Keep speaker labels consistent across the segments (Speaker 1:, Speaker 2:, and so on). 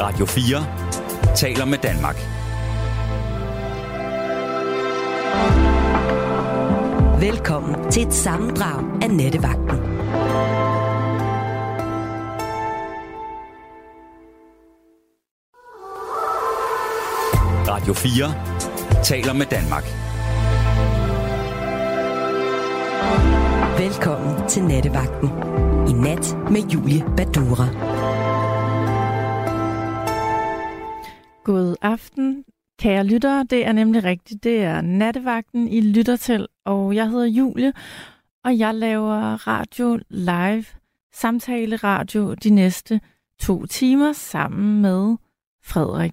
Speaker 1: Radio 4 taler med Danmark.
Speaker 2: Velkommen til et sammendrag af Nattevagten.
Speaker 1: Radio 4 taler med Danmark.
Speaker 2: Velkommen til Nattevagten. I nat med Julie Badura.
Speaker 3: God aften, kære lyttere. Det er nemlig rigtigt. Det er Nattevagten, I lytter til. Og jeg hedder Julie, og jeg laver radio live, samtale-radio de næste 2 timer sammen med Frederik.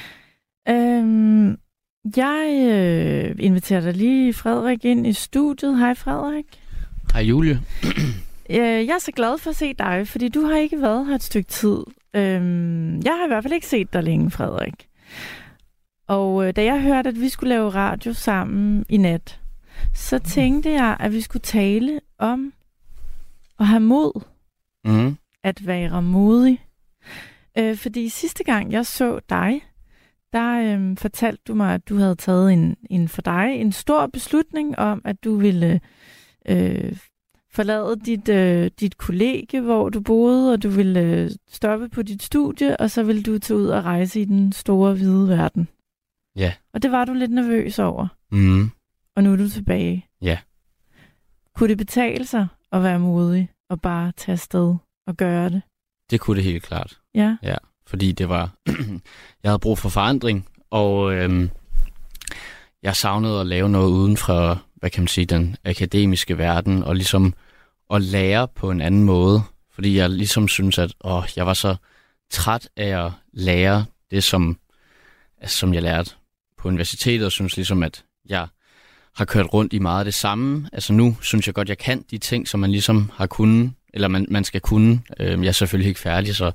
Speaker 3: Jeg inviterer dig lige Frederik ind i studiet. Hej Frederik.
Speaker 4: Hej Julie.
Speaker 3: Jeg er så glad for at se dig, fordi du har ikke været her et stykke tid. Jeg har i hvert fald ikke set dig længe, Frederik. Og da jeg hørte, at vi skulle lave radio sammen i nat, så tænkte jeg, at vi skulle tale om at have mod.
Speaker 4: Mm.
Speaker 3: At være modig. Fordi sidste gang jeg så dig, der fortalte du mig, at du havde taget en stor beslutning om, at du ville forlade dit kollegie, hvor du boede, og du ville stoppe på dit studie, og så ville du tage ud og rejse i den store, hvide verden.
Speaker 4: Ja.
Speaker 3: Og det var du lidt nervøs over.
Speaker 4: Mm.
Speaker 3: Og nu er du tilbage.
Speaker 4: Ja.
Speaker 3: Kunne det betale sig at være modig og bare tage afsted og gøre det?
Speaker 4: Det kunne det helt klart.
Speaker 3: Ja.
Speaker 4: Ja, fordi det var... jeg havde brug for forandring, og jeg savnede at lave noget uden for, hvad kan man sige, den akademiske verden, og ligesom at lære på en anden måde. Fordi jeg ligesom synes, at jeg var så træt af at lære det, som jeg lærte på universitetet, og synes ligesom, at jeg har kørt rundt i meget af det samme. Altså nu synes jeg godt, jeg kan de ting, som man ligesom har kunnet, eller man skal kunne. Jeg er selvfølgelig ikke færdig, så...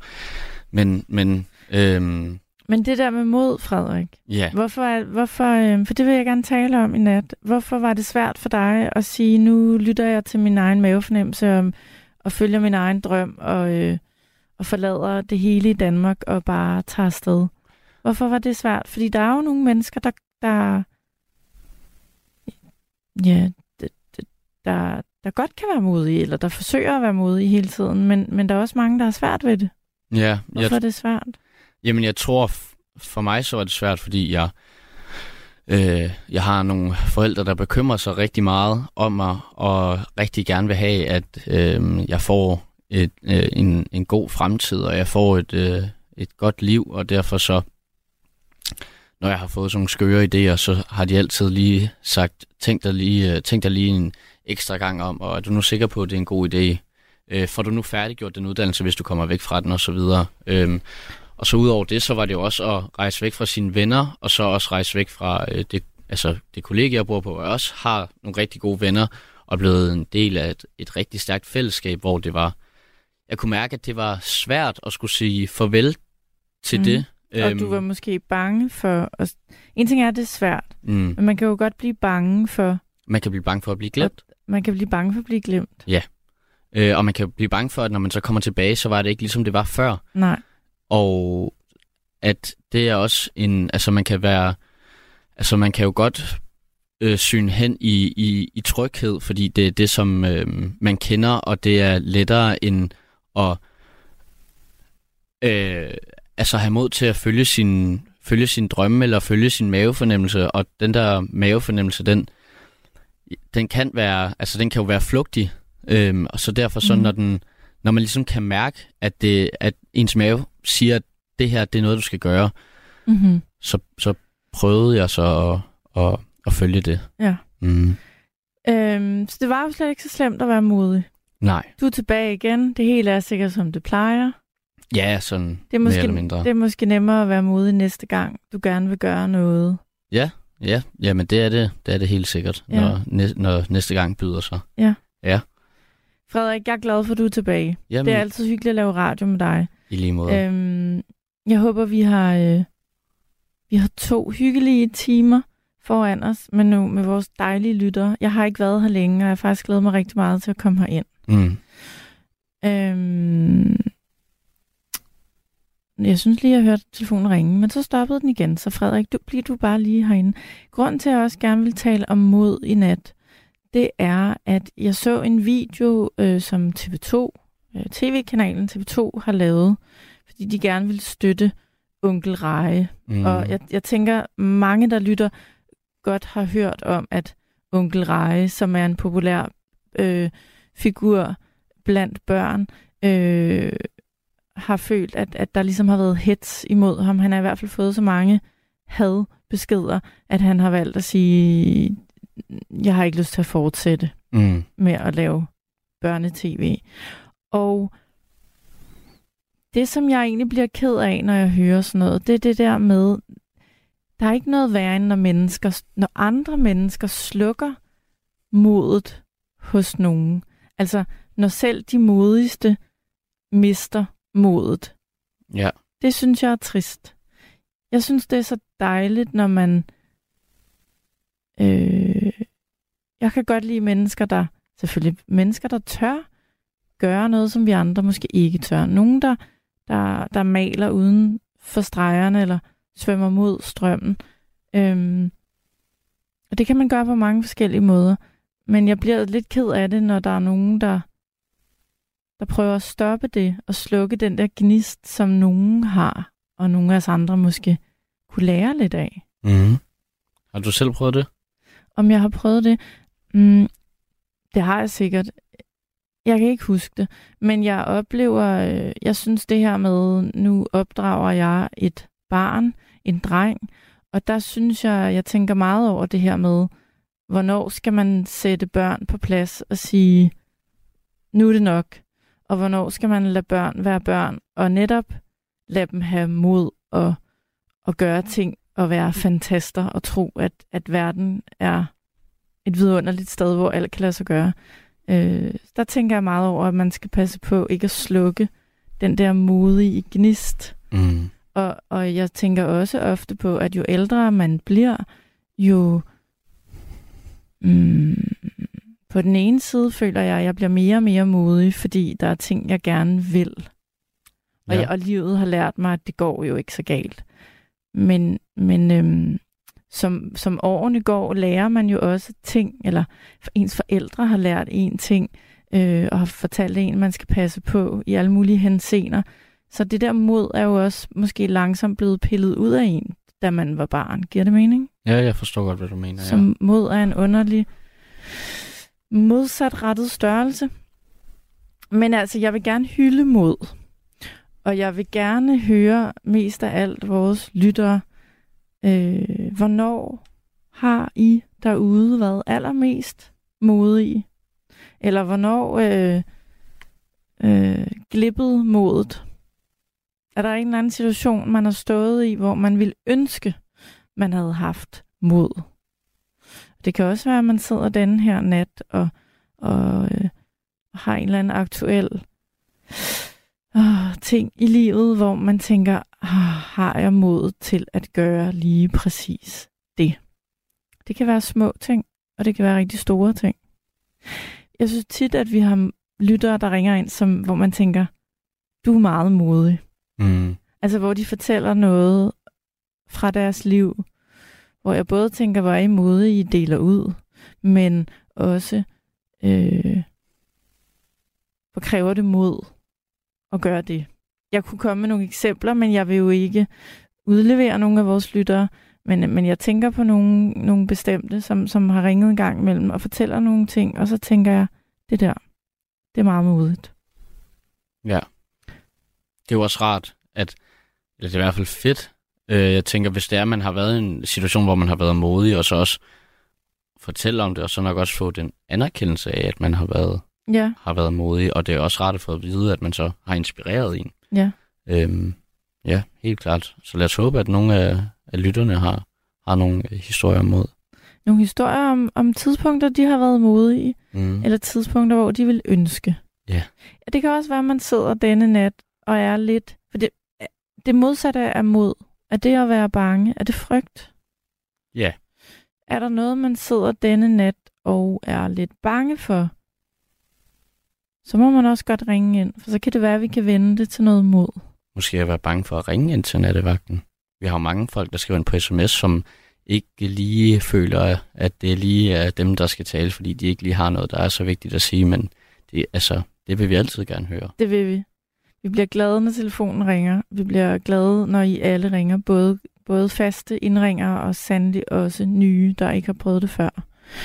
Speaker 3: Men det der med mod, Frederik,
Speaker 4: ja.
Speaker 3: Hvorfor, for det vil jeg gerne tale om i nat. Hvorfor var det svært for dig at sige, nu lytter jeg til min egen mavefornemmelse og følger min egen drøm og forlader det hele i Danmark og bare tager afsted? Hvorfor var det svært? Fordi der er jo nogle mennesker, der godt kan være modige, eller der forsøger at være modige hele tiden, men der er også mange, der har svært ved det.
Speaker 4: Ja.
Speaker 3: Hvorfor er det svært?
Speaker 4: Jamen, jeg tror, for mig så er det svært, fordi jeg har nogle forældre, der bekymrer sig rigtig meget om mig, og rigtig gerne vil have, at jeg får en god fremtid, og jeg får et godt liv, og derfor så, når jeg har fået sådan nogle skøre idéer, så har de altid lige sagt, tænk dig lige en ekstra gang om, og er du nu sikker på, at det er en god idé? Får du nu færdiggjort den uddannelse, hvis du kommer væk fra den, og så videre. Og så udover det, så var det jo også at rejse væk fra sine venner, og så også rejse væk fra det kollegie, jeg bor på, og jeg også har nogle rigtig gode venner, og blevet en del af et rigtig stærkt fællesskab, hvor det var, jeg kunne mærke, at det var svært at skulle sige farvel til det.
Speaker 3: Og du var måske bange for... En ting er, at det er svært, men man kan jo godt blive bange for...
Speaker 4: Man kan blive bange for at blive glemt.
Speaker 3: Man kan blive bange for at blive glemt.
Speaker 4: Ja. Og man kan blive bange for, at når man så kommer tilbage, så var det ikke ligesom det var før.
Speaker 3: Nej.
Speaker 4: Og at det er også man kan være... Altså man kan jo godt syne hen i tryghed, fordi det er det, som man kender, og det er lettere end at have mod til at følge sin drømme, eller følge sin mavefornemmelse, og den der mavefornemmelse, den kan være, altså den kan jo være flugtig, og så derfor så, når man ligesom kan mærke, at ens mave siger, at det her, det er noget, du skal gøre, så prøvede jeg så at følge det.
Speaker 3: Ja. Så det var jo slet ikke så slemt at være modig.
Speaker 4: Nej.
Speaker 3: Du er tilbage igen. Det hele er sikkert, som det plejer.
Speaker 4: Ja, sådan
Speaker 3: det er måske,
Speaker 4: mere eller mindre.
Speaker 3: Det er måske nemmere at være modig næste gang, du gerne vil gøre noget.
Speaker 4: Ja, men det er det. Det er det helt sikkert, når næste gang byder sig. Ja.
Speaker 3: Frederik, jeg er glad for, at du er tilbage.
Speaker 4: Jamen,
Speaker 3: det er altid hyggeligt at lave radio med dig.
Speaker 4: I lige måde.
Speaker 3: Jeg håber, vi har 2 hyggelige timer foran os, men nu med vores dejlige lyttere. Jeg har ikke været her længe, og jeg har faktisk glædet mig rigtig meget til at komme herind. Jeg synes lige, jeg hørte telefonen ringe, men så stoppede den igen. Så Frederik, du bare lige herinde. Grunden til, at jeg også gerne vil tale om mod i nat, det er, at jeg så en video, som TV2, TV-kanalen TV2 har lavet, fordi de gerne vil støtte Onkel Reje. Og jeg tænker, mange, der lytter, godt har hørt om, at Onkel Reje, som er en populær figur blandt børn, har følt, at der ligesom har været hets imod ham. Han har i hvert fald fået så mange hadbeskeder, at han har valgt at sige, jeg har ikke lyst til at fortsætte med at lave børnetv. Og det, som jeg egentlig bliver ked af, når jeg hører sådan noget, det er det der med, der er ikke noget værre, end når andre mennesker slukker modet hos nogen. Altså, når selv de modigste mister modet.
Speaker 4: Ja.
Speaker 3: Det synes jeg er trist. Jeg synes, det er så dejligt, når man... jeg kan godt lide mennesker, der tør gøre noget, som vi andre måske ikke tør. Nogen, der maler uden for stregerne, eller svømmer mod strømmen. Og det kan man gøre på mange forskellige måder. Men jeg bliver lidt ked af det, når der er nogen, der prøver at stoppe det, og slukke den der gnist, som nogen har, og nogle af os andre måske kunne lære lidt af.
Speaker 4: Har du selv prøvet det?
Speaker 3: Om jeg har prøvet det? Det har jeg sikkert. Jeg kan ikke huske det, men jeg oplever, jeg synes det her med, nu opdrager jeg et barn, en dreng, og der synes jeg tænker meget over det her med, hvornår skal man sætte børn på plads og sige, nu er det nok, og hvornår skal man lade børn være børn, og netop lade dem have mod og gøre ting, og være fantaster, og tro, at verden er et vidunderligt sted, hvor alt kan lade sig gøre. Der tænker jeg meget over, at man skal passe på ikke at slukke den der modige gnist. Og jeg tænker også ofte på, at jo ældre man bliver, jo på den ene side føler jeg, at jeg bliver mere og mere modig, fordi der er ting, jeg gerne vil. Og livet har lært mig, at det går jo ikke så galt. Men som årene går, lærer man jo også ting, eller ens forældre har lært en ting, og har fortalt en, man skal passe på i alle mulige henseender. Så det der mod er jo også måske langsomt blevet pillet ud af en, da man var barn. Giver det mening?
Speaker 4: Ja, jeg forstår godt, hvad du mener.
Speaker 3: Som mod er en underlig modsatrettet størrelse. Men altså, jeg vil gerne hylde mod. Og jeg vil gerne høre mest af alt vores lyttere. Hvornår har I derude været allermest modige? Eller hvornår glippede modet? Er der en eller anden situation, man har stået i, hvor man ville ønske, man havde haft mod? Det kan også være, at man sidder denne her nat og har en eller anden aktuel ting i livet, hvor man tænker, har jeg mod til at gøre lige præcis det? Det kan være små ting, og det kan være rigtig store ting. Jeg synes tit, at vi har lyttere, der ringer ind, hvor man tænker, du er meget modig. Altså, hvor de fortæller noget fra deres liv, hvor jeg både tænker, hvor er I modige, I deler ud, men også, hvor kræver det mod at gøre det. Jeg kunne komme med nogle eksempler, men jeg vil jo ikke udlevere nogle af vores lyttere, men jeg tænker på nogle bestemte, som har ringet en gang imellem og fortæller nogle ting, og så tænker jeg, det er meget modigt.
Speaker 4: Ja. Det er jo også rart, eller det er i hvert fald fedt. Jeg tænker, hvis det er, at man har været i en situation, hvor man har været modig, og så også fortælle om det, og så nok også få den anerkendelse af, at man har været modig, og det er også rart at få at vide, at man så har inspireret en.
Speaker 3: Ja.
Speaker 4: Ja, helt klart. Så lad os håbe, at nogle af lytterne har nogle historier om mod.
Speaker 3: Nogle historier om tidspunkter, de har været modige, eller tidspunkter, hvor de vil ønske.
Speaker 4: Ja.
Speaker 3: Det kan også være, at man sidder denne nat og er lidt... For det modsatte er mod. Er det at være bange? Er det frygt?
Speaker 4: Ja.
Speaker 3: Er der noget, man sidder denne nat og er lidt bange for? Så må man også godt ringe ind, for så kan det være, at vi kan vende det til noget mod.
Speaker 4: måske at være bange for at ringe ind til nattevagten. Vi har jo mange folk, der skriver ind på sms, som ikke lige føler, at det lige er dem, der skal tale, fordi de ikke lige har noget, der er så vigtigt at sige, men det vil vi altid gerne høre.
Speaker 3: Det vil vi. Vi bliver glade, når telefonen ringer. Vi bliver glade, når I alle ringer. Både faste indringere og sandelig også nye, der ikke har prøvet det før.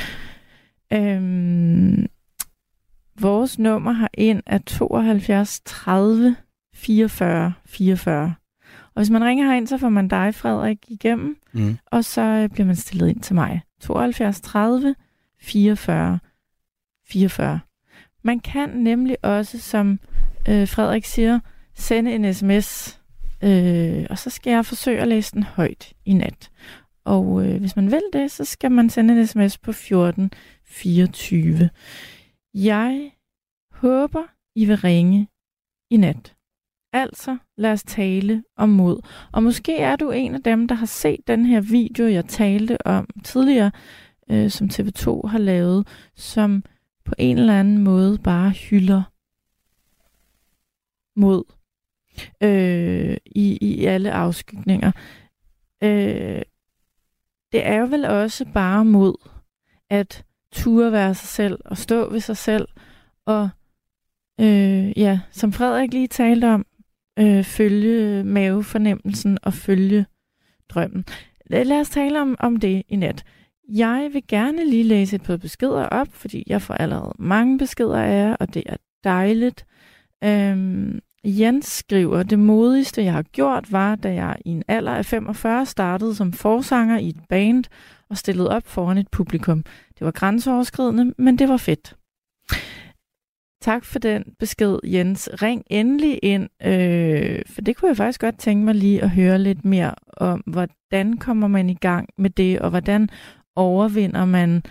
Speaker 3: Vores nummer herind er 72 30 44 44. Og hvis man ringer herind, så får man dig, Frederik, igennem, og så bliver man stillet ind til mig. 72 30 44 44. Man kan nemlig også, som Frederik siger, sende en sms, og så skal jeg forsøge at læse den højt i nat. Og hvis man vil det, så skal man sende en sms på 14 24. Jeg håber, I vil ringe i nat. Altså, lad os tale om mod. Og måske er du en af dem, der har set den her video, jeg talte om tidligere, som TV2 har lavet, som på en eller anden måde bare hylder mod i alle afskygninger. Det er jo vel også bare mod at ture være sig selv og stå ved sig selv og som Frederik lige talte om, følge mavefornemmelsen og følge drømmen. Lad os tale om det i nat. Jeg vil gerne lige læse et par beskeder op, fordi jeg får allerede mange beskeder af jer, og det er dejligt. Jens skriver, det modigste jeg har gjort var, da jeg i en alder af 45 startede som forsanger i et band og stillede op foran et publikum. Det var grænseoverskridende, men det var fedt. Tak for den besked, Jens. Ring endelig ind, for det kunne jeg faktisk godt tænke mig lige at høre lidt mere om, hvordan kommer man i gang med det, og hvordan overvinder man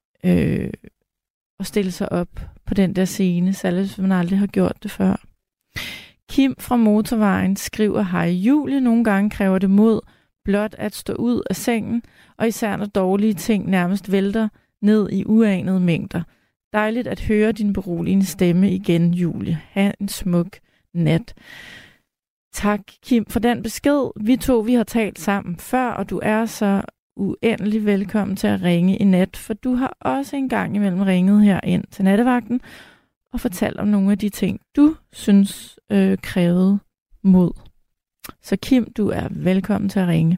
Speaker 3: at stille sig op på den der scene, særligt hvis man aldrig har gjort det før. Kim fra Motorvejen skriver, hej Julie, nogle gange kræver det mod blot at stå ud af sengen, og især når dårlige ting nærmest vælter ned i uanede mængder. Dejligt at høre din beroligende stemme igen, Julie. Ha' en smuk nat. Tak, Kim, for den besked. Vi har talt sammen før, og du er så uendelig velkommen til at ringe i nat, for du har også en gang imellem ringet her ind til nattevagten og fortalt om nogle af de ting, du synes krævede mod. Så Kim, du er velkommen til at ringe.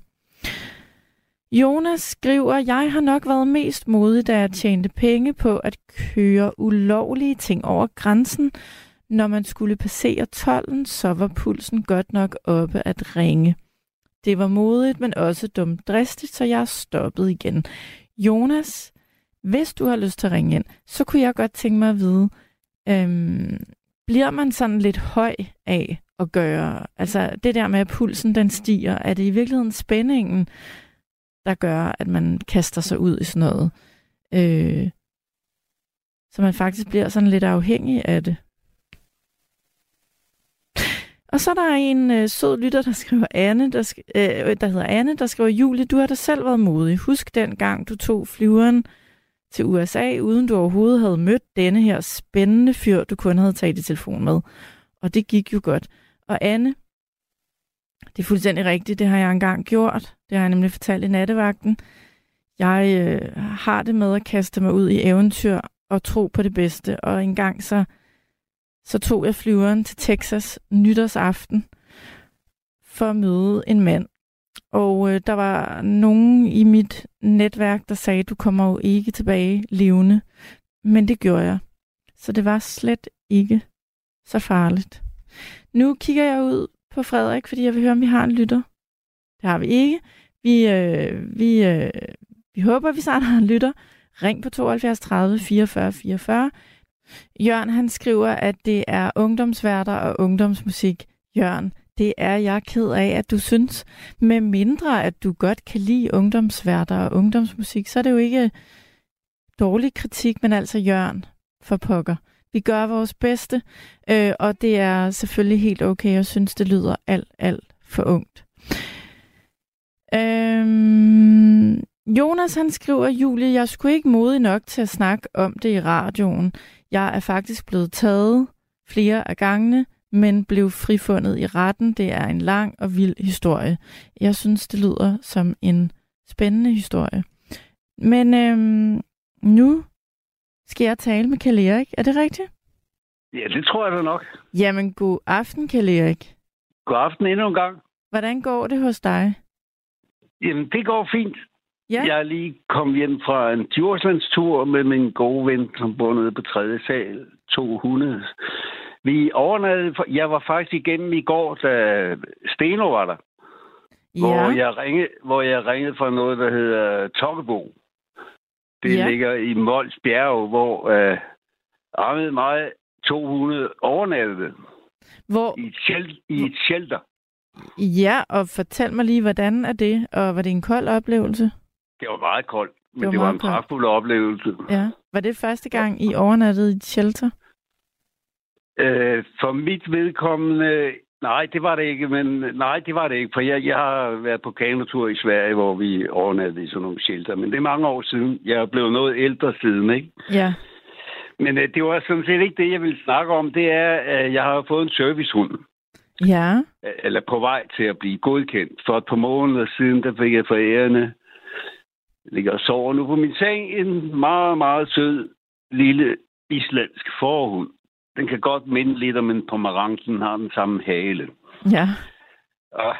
Speaker 3: Jonas skriver, jeg har nok været mest modig, da jeg tjente penge på at køre ulovlige ting over grænsen. Når man skulle passere tolden, så var pulsen godt nok oppe at ringe. Det var modigt, men også dumt dristigt, så jeg stoppede igen. Jonas, hvis du har lyst til at ringe ind, så kunne jeg godt tænke mig at vide, bliver man sådan lidt høj af at gøre? Altså det der med, at pulsen den stiger, er det i virkeligheden spændingen, der gør, at man kaster sig ud i sådan noget? Så man faktisk bliver sådan lidt afhængig af det. Og så er der en sød lytter, der skriver der hedder Anne, der skriver, Julie, du har da selv været modig. Husk den gang, du tog flyveren til USA, uden du overhovedet havde mødt denne her spændende fyr, du kun havde taget i telefon med. Og det gik jo godt. Og Anne, det er fuldstændig rigtigt, det har jeg engang gjort. Det har jeg nemlig fortalt i nattevagten. Jeg har det med at kaste mig ud i eventyr og tro på det bedste. Og engang så tog jeg flyveren til Texas nytårsaften for at møde en mand. Og der var nogen i mit netværk, der sagde, du kommer jo ikke tilbage levende. Men det gjorde jeg. Så det var slet ikke så farligt. Nu kigger jeg ud på Frederik, fordi jeg vil høre, om vi har en lytter. Det har vi ikke. Vi håber, vi snart har en lytter. Ring på 72 30 44 44. Jørgen, han skriver, at det er ungdomsværter og ungdomsmusik. Jørgen, det er jeg ked af, at du synes. Med mindre, at du godt kan lide ungdomsværter og ungdomsmusik, så er det jo ikke dårlig kritik, men altså Jørgen, for pokker. Vi gør vores bedste, og det er selvfølgelig helt okay. Jeg synes, det lyder alt for ungt. Jonas, han skriver, Julie, jeg skulle ikke modig nok til at snakke om det i radioen. Jeg er faktisk blevet taget flere af gangene, men blev frifundet i retten. Det er en lang og vild historie. Jeg synes, det lyder som en spændende historie. Men nu skal jeg tale med Kjell Erik. Er det rigtigt?
Speaker 5: Ja, det tror jeg da nok.
Speaker 3: Jamen, god aften, Kjell Erik.
Speaker 5: God aften endnu en gang.
Speaker 3: Hvordan går det hos dig?
Speaker 5: Jamen, det går fint.
Speaker 3: Ja.
Speaker 5: Jeg er lige kommet hjem fra en Djurslandstur med min gode ven, som bor nede på 3. sal. 2 hunde. Vi overnattede. Jeg var faktisk igennem i går, da Steno var der.
Speaker 3: Ja.
Speaker 5: Hvor jeg ringede fra noget, der hedder Tokkebo. Det ligger i Mols Bjerge, hvor Ahmed mig 2 hunde overnattede.
Speaker 3: Hvor?
Speaker 5: I et shelter.
Speaker 3: Ja, og fortæl mig lige, hvordan er det? Og var det en kold oplevelse?
Speaker 5: Det var meget koldt, men det var en pragtfuld oplevelse.
Speaker 3: Ja. Var det første gang, I overnattede i et shelter?
Speaker 5: For mit vedkommende... Nej, det var det ikke, for jeg har været på kanotur i Sverige, hvor vi overnattede i sådan nogle shelter, men det er mange år siden. Jeg er blevet noget ældre siden, ikke?
Speaker 3: Ja.
Speaker 5: Men det var sådan set ikke det, jeg ville snakke om. Det er, at jeg har fået en servicehund.
Speaker 3: Ja.
Speaker 5: Eller på vej til at blive godkendt. For et par måneder siden, der fik jeg forærende, ligger og sover nu på min seng, en meget, meget sød lille islandsk forhund. Den kan godt minde lidt om en pomerance, den har den samme hale.
Speaker 3: Ja.
Speaker 5: Og,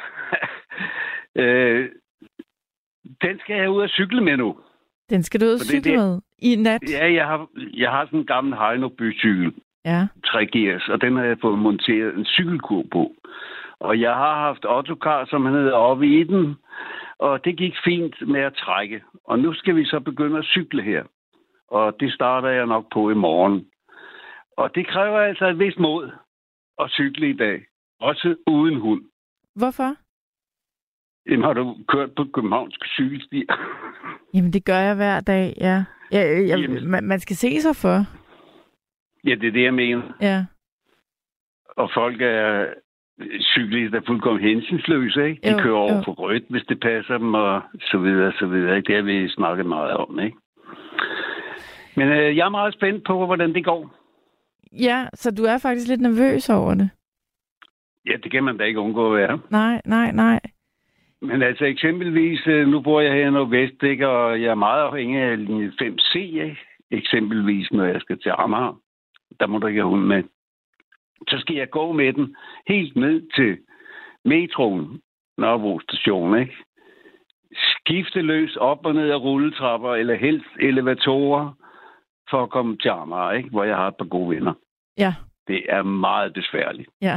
Speaker 5: den skal jeg ud og cykle med nu.
Speaker 3: Den skal du ud og cykle med i nat?
Speaker 5: Ja, jeg har sådan en gammel Heino-bycykel.
Speaker 3: Ja.
Speaker 5: 3 gears, og den har jeg fået monteret en cykelkur på. Og jeg har haft Ottokar, som han hedder, oppe i den, og det gik fint med at trække. Og nu skal vi så begynde at cykle her. Og det starter jeg nok på i morgen. Og det kræver altså et vist mod at cykle i dag. Også uden hund.
Speaker 3: Hvorfor?
Speaker 5: Jamen, har du kørt på københavnske cykelstier?
Speaker 3: Jamen, det gør jeg hver dag, ja. Man skal se sig for.
Speaker 5: Ja, det er det, jeg mener.
Speaker 3: Ja.
Speaker 5: Og folk er cyklister fuldkommen hensynsløse, ikke? De kører over på rødt, hvis det passer dem, og så videre, så videre. Det har vi snakket meget om, ikke? Men jeg er meget spændt på, hvordan det går.
Speaker 3: Ja, så du er faktisk lidt nervøs over det?
Speaker 5: Ja, det kan man da ikke undgå at være.
Speaker 3: Nej.
Speaker 5: Men altså eksempelvis, nu bor jeg her i Nordvest, ikke? Og jeg er meget afhængig af linje 5C, ikke? Eksempelvis, når jeg skal til Amager. Der må du ikke have hund med. Så skal jeg gå med den helt ned til metroen, Nørrebro station, ikke? Skifte løs op og ned af rulletrapper, eller helst elevatorer, for at komme til Amager, ikke? Hvor jeg har et par gode venner.
Speaker 3: Ja.
Speaker 5: Det er meget besværligt.
Speaker 3: Ja.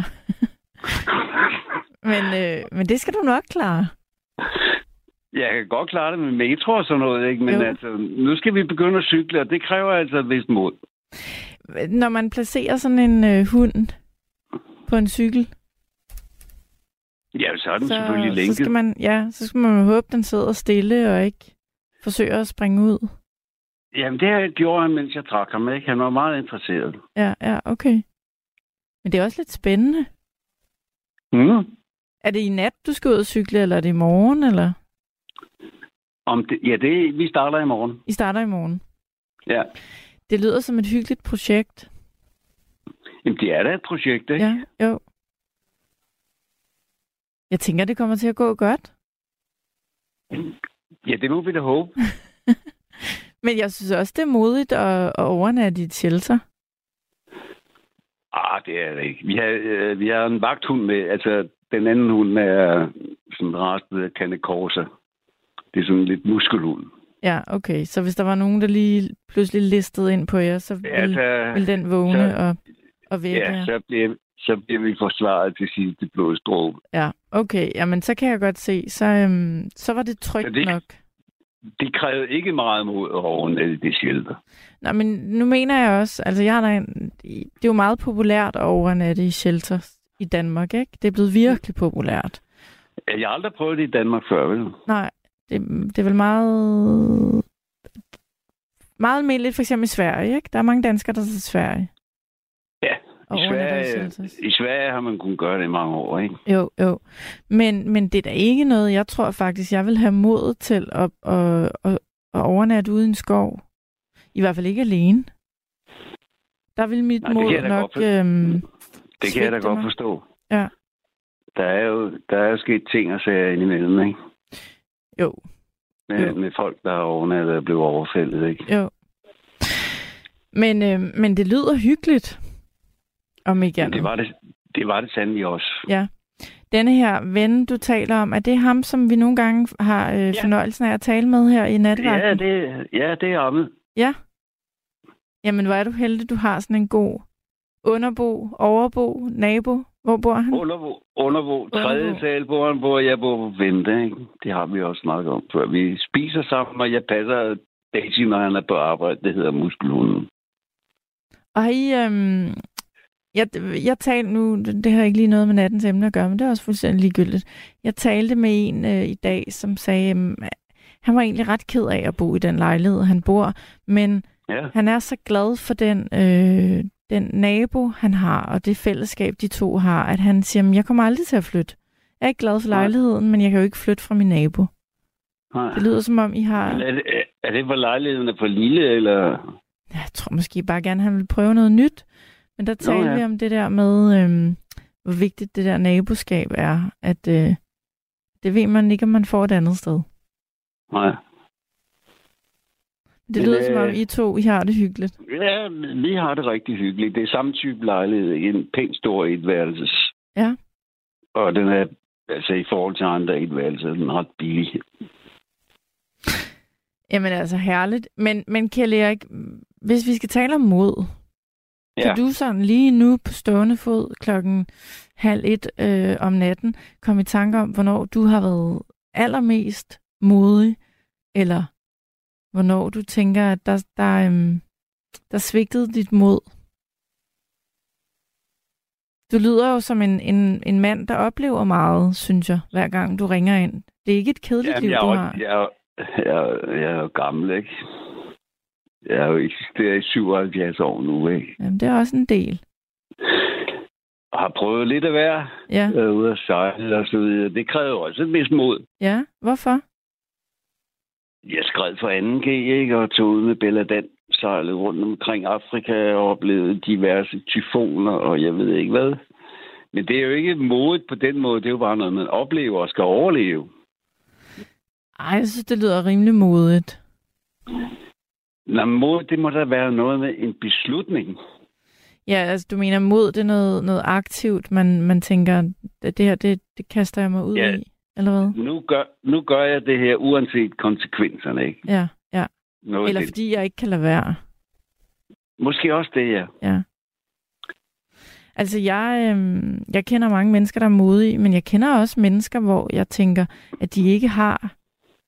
Speaker 3: men det skal du nok klare.
Speaker 5: Jeg kan godt klare det med metro og sådan noget, ikke? Men altså, nu skal vi begynde at cykle, og det kræver altså et vist mod.
Speaker 3: Når man placerer sådan en hund på en cykel,
Speaker 5: ja, så er den selvfølgelig lænket.
Speaker 3: Så skal man håbe, den sidder stille og ikke forsøger at springe ud. Jamen,
Speaker 5: det gjorde han, mens jeg trak ham, ikke? Han var meget interesseret.
Speaker 3: Ja, okay. Men det er også lidt spændende. Er det i nat, du skal ud og cykle, eller er det i morgen, eller?
Speaker 5: Vi starter i morgen.
Speaker 3: I starter i morgen?
Speaker 5: Ja.
Speaker 3: Det lyder som et hyggeligt projekt.
Speaker 5: Jamen, det er da et projekt, ikke?
Speaker 3: Ja, jo. Jeg tænker, det kommer til at gå godt.
Speaker 5: Ja, det må vi da håbe.
Speaker 3: Men jeg synes også, det er modigt at overnatte i et shelter.
Speaker 5: Det er det ikke. Vi har en vagthund med. Altså, den anden hund er sådan en race, der hedder Canis Corsa. Det er sådan lidt muskelhund.
Speaker 3: Ja, okay. Så hvis der var nogen, der lige pludselig listede ind på jer, så ville den vågne og vække jer?
Speaker 5: Ja, så bliver vi forsvaret til sidste blodstråbe.
Speaker 3: Ja, okay. Jamen, så kan jeg godt se. Så var det trygt nok.
Speaker 5: Det krævede ikke meget mod at overnatte det shelter. Nej,
Speaker 3: men nu mener jeg også, altså det er jo meget populært at overnatte i shelter i Danmark, ikke? Det er blevet virkelig populært.
Speaker 5: Jeg har aldrig prøvet det i Danmark før, vel?
Speaker 3: Nej, det er vel meget almindeligt, for eksempel i Sverige, ikke? Der er mange danskere, der tager til Sverige.
Speaker 5: Ja, i Sverige har man kunnet gøre det i mange år, ikke?
Speaker 3: Jo. Men det er da ikke noget, jeg tror faktisk, jeg vil have mod til at overnatte ude i en skov. I hvert fald ikke alene. Der vil mit mod nok
Speaker 5: Det kan jeg da godt forstå.
Speaker 3: Ja.
Speaker 5: Der er jo sket ting og sager indimellem, ikke?
Speaker 3: Jo.
Speaker 5: Med folk, der har overnattet og blevet overfældet, ikke?
Speaker 3: Jo. Men det lyder hyggeligt, om ikke andet.
Speaker 5: Det var det sandelig også.
Speaker 3: Ja. Denne her ven, du taler om, er det ham, som vi nogle gange har fornøjelsen af at tale med her i nattevagten?
Speaker 5: Ja, det er Ahmed.
Speaker 3: Ja. Jamen, hvor er du heldig, du har sådan en god underbo, overbo, nabo. Hvor bor han?
Speaker 5: Underbo. Tredje sal bor han, hvor jeg bor på Vente, ikke? Det har vi også snakket om før. Vi spiser sammen, og jeg passer Daisy, når han er på arbejde. Det hedder muskelhunden.
Speaker 3: Og jeg talte nu, det har ikke lige noget med nattens emne at gøre, men det er også fuldstændig ligegyldigt. Jeg talte med en i dag, som sagde, han var egentlig ret ked af at bo i den lejlighed, han bor, men han er så glad for den nabo, han har, og det fællesskab, de to har, at han siger, jeg kommer aldrig til at flytte. Jeg er ikke glad for lejligheden, men jeg kan jo ikke flytte fra min nabo. Nej. Det lyder som om, I har...
Speaker 5: Er det for lejligheden er for lille, eller...
Speaker 3: Jeg tror måske bare gerne, han vil prøve noget nyt. Men der taler vi om det der med, hvor vigtigt det der naboskab er, at det ved man ikke, om man får et andet sted.
Speaker 5: Nej.
Speaker 3: Det lyder som om, I har det hyggeligt.
Speaker 5: Ja, vi har det rigtig hyggeligt. Det er samme type lejlighed, en pænt stor etværelses.
Speaker 3: Ja.
Speaker 5: Og den er, altså i forhold til andre etværelser, den er ret billig.
Speaker 3: Jamen altså, herligt. Men Kjell Erik, hvis vi skal tale om mod, kan du sådan lige nu på stående fod 12:30 om natten komme i tanke om, hvornår du har været allermest modig, eller hvornår du tænker, at der svigtede dit mod? Du lyder jo som en mand, der oplever meget, synes jeg, hver gang du ringer ind. Det er ikke et kedeligt liv, du har.
Speaker 5: Jeg er jo gammel, ikke? Jeg er jo eksisteret i 77 år nu, ikke?
Speaker 3: Jamen, det er også en del.
Speaker 5: Og har prøvet lidt at være ude at sejle og så videre. Det kræver også et vist mod.
Speaker 3: Ja, hvorfor?
Speaker 5: Jeg skred for 2G, ikke? Og tog ud med Belladan, sejlede rundt omkring Afrika og oplevede diverse tyfoner, og jeg ved ikke hvad. Men det er jo ikke modet på den måde. Det er jo bare noget, man oplever og skal overleve.
Speaker 3: Ej, jeg synes, det lyder rimelig modigt.
Speaker 5: Nå, mod, det må da være noget med en beslutning.
Speaker 3: Ja, altså du mener mod, det er noget aktivt, man tænker, det her, det kaster jeg mig ud i, eller hvad?
Speaker 5: Nu gør jeg det her, uanset konsekvenserne, ikke?
Speaker 3: Ja.
Speaker 5: Noget
Speaker 3: eller fordi jeg ikke kan lade være.
Speaker 5: Måske også det, ja.
Speaker 3: Altså, jeg kender mange mennesker, der er modige, men jeg kender også mennesker, hvor jeg tænker, at de ikke har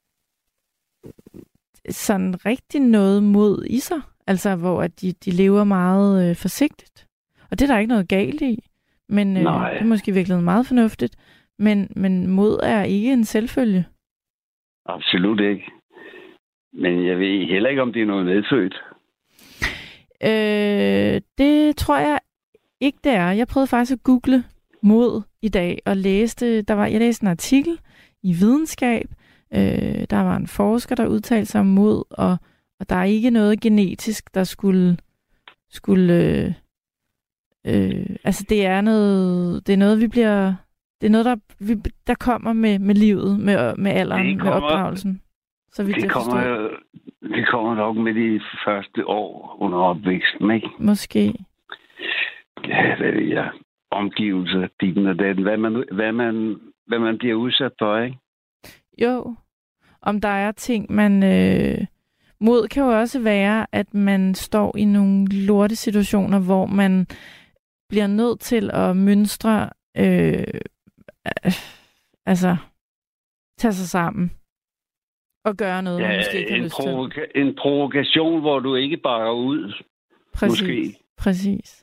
Speaker 3: sådan rigtig noget mod i sig. Altså, hvor at de lever meget forsigtigt. Og det er der ikke noget galt i. Men det er måske virkelig meget fornuftigt. Men mod er ikke en selvfølge.
Speaker 5: Absolut ikke. Men jeg ved heller ikke, om det er noget medfødt.
Speaker 3: Det tror jeg ikke, det er. Jeg prøvede faktisk at google mod i dag, og jeg læste en artikel i Videnskab. Der var en forsker, der udtalte sig om mod, og der er ikke noget genetisk, der skulle altså det er noget, vi bliver... Det er noget, der kommer med livet, med alderen, med opdragelsen. Så
Speaker 5: det kommer nok med de første år under opvæksten, ikke?
Speaker 3: Måske.
Speaker 5: Ja, hvad ved jeg. Omgivelser, ditten og den. Hvad man bliver udsat for, ikke?
Speaker 3: Jo. Om der er ting, man... Mod kan jo også være, at man står i nogle lortesituationer, hvor man bliver nødt til at mønstre... tage sig sammen og gøre noget, man måske ikke har lyst til.
Speaker 5: En provokation, hvor du ikke bakker ud.
Speaker 3: Præcis.
Speaker 5: Måske.
Speaker 3: Præcis.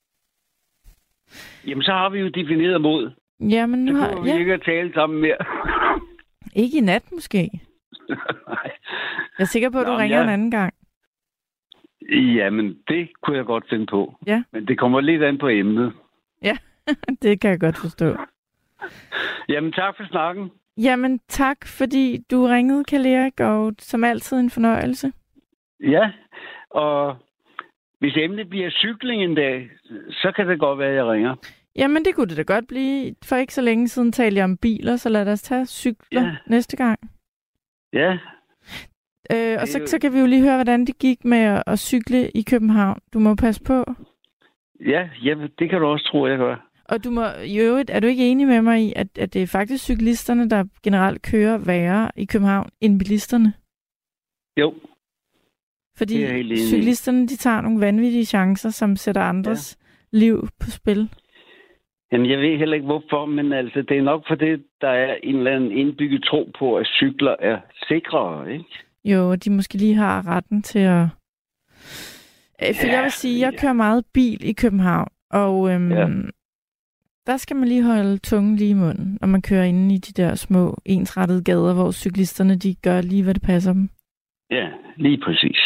Speaker 5: Jamen, så har vi jo defineret mod.
Speaker 3: Jamen, nu
Speaker 5: har vi ikke at tale sammen mere.
Speaker 3: Ikke i nat, måske.
Speaker 5: Nej.
Speaker 3: Jeg er sikker på, at du ringer en anden gang.
Speaker 5: Jamen, det kunne jeg godt finde på.
Speaker 3: Ja.
Speaker 5: Men det kommer lidt an på emnet.
Speaker 3: Ja, det kan jeg godt forstå.
Speaker 5: Jamen, tak for snakken.
Speaker 3: Jamen, tak, fordi du ringede, Kjell Erik, og som altid en fornøjelse.
Speaker 5: Ja, og Hvis emnet bliver cykling en dag, så kan det godt være, at jeg ringer.
Speaker 3: Jamen, det kunne det da godt blive. For ikke så længe siden talte jeg om biler, så lad os tage cykler næste gang.
Speaker 5: Ja.
Speaker 3: Og så kan vi jo lige høre, hvordan det gik med at cykle i København. Du må passe på.
Speaker 5: Ja, det kan du også tro, jeg gør.
Speaker 3: Og du må i øvrigt, er du ikke enig med mig i, at det er faktisk cyklisterne, der generelt kører værre i København end bilisterne?
Speaker 5: Jo.
Speaker 3: Fordi cyklisterne, de tager nogle vanvittige chancer, som sætter andres liv på spil.
Speaker 5: Jamen, jeg ved heller ikke, hvorfor, men altså, det er nok fordi, der er en eller anden indbygget tro på, at cykler er sikrere, ikke?
Speaker 3: Jo, de måske lige har retten til at... For jeg vil sige, jeg kører meget bil i København, og der skal man lige holde tungen lige i munden, når man kører inde i de der små ensrettede gader, hvor cyklisterne, de gør lige, hvad det passer dem.
Speaker 5: Ja, lige præcis.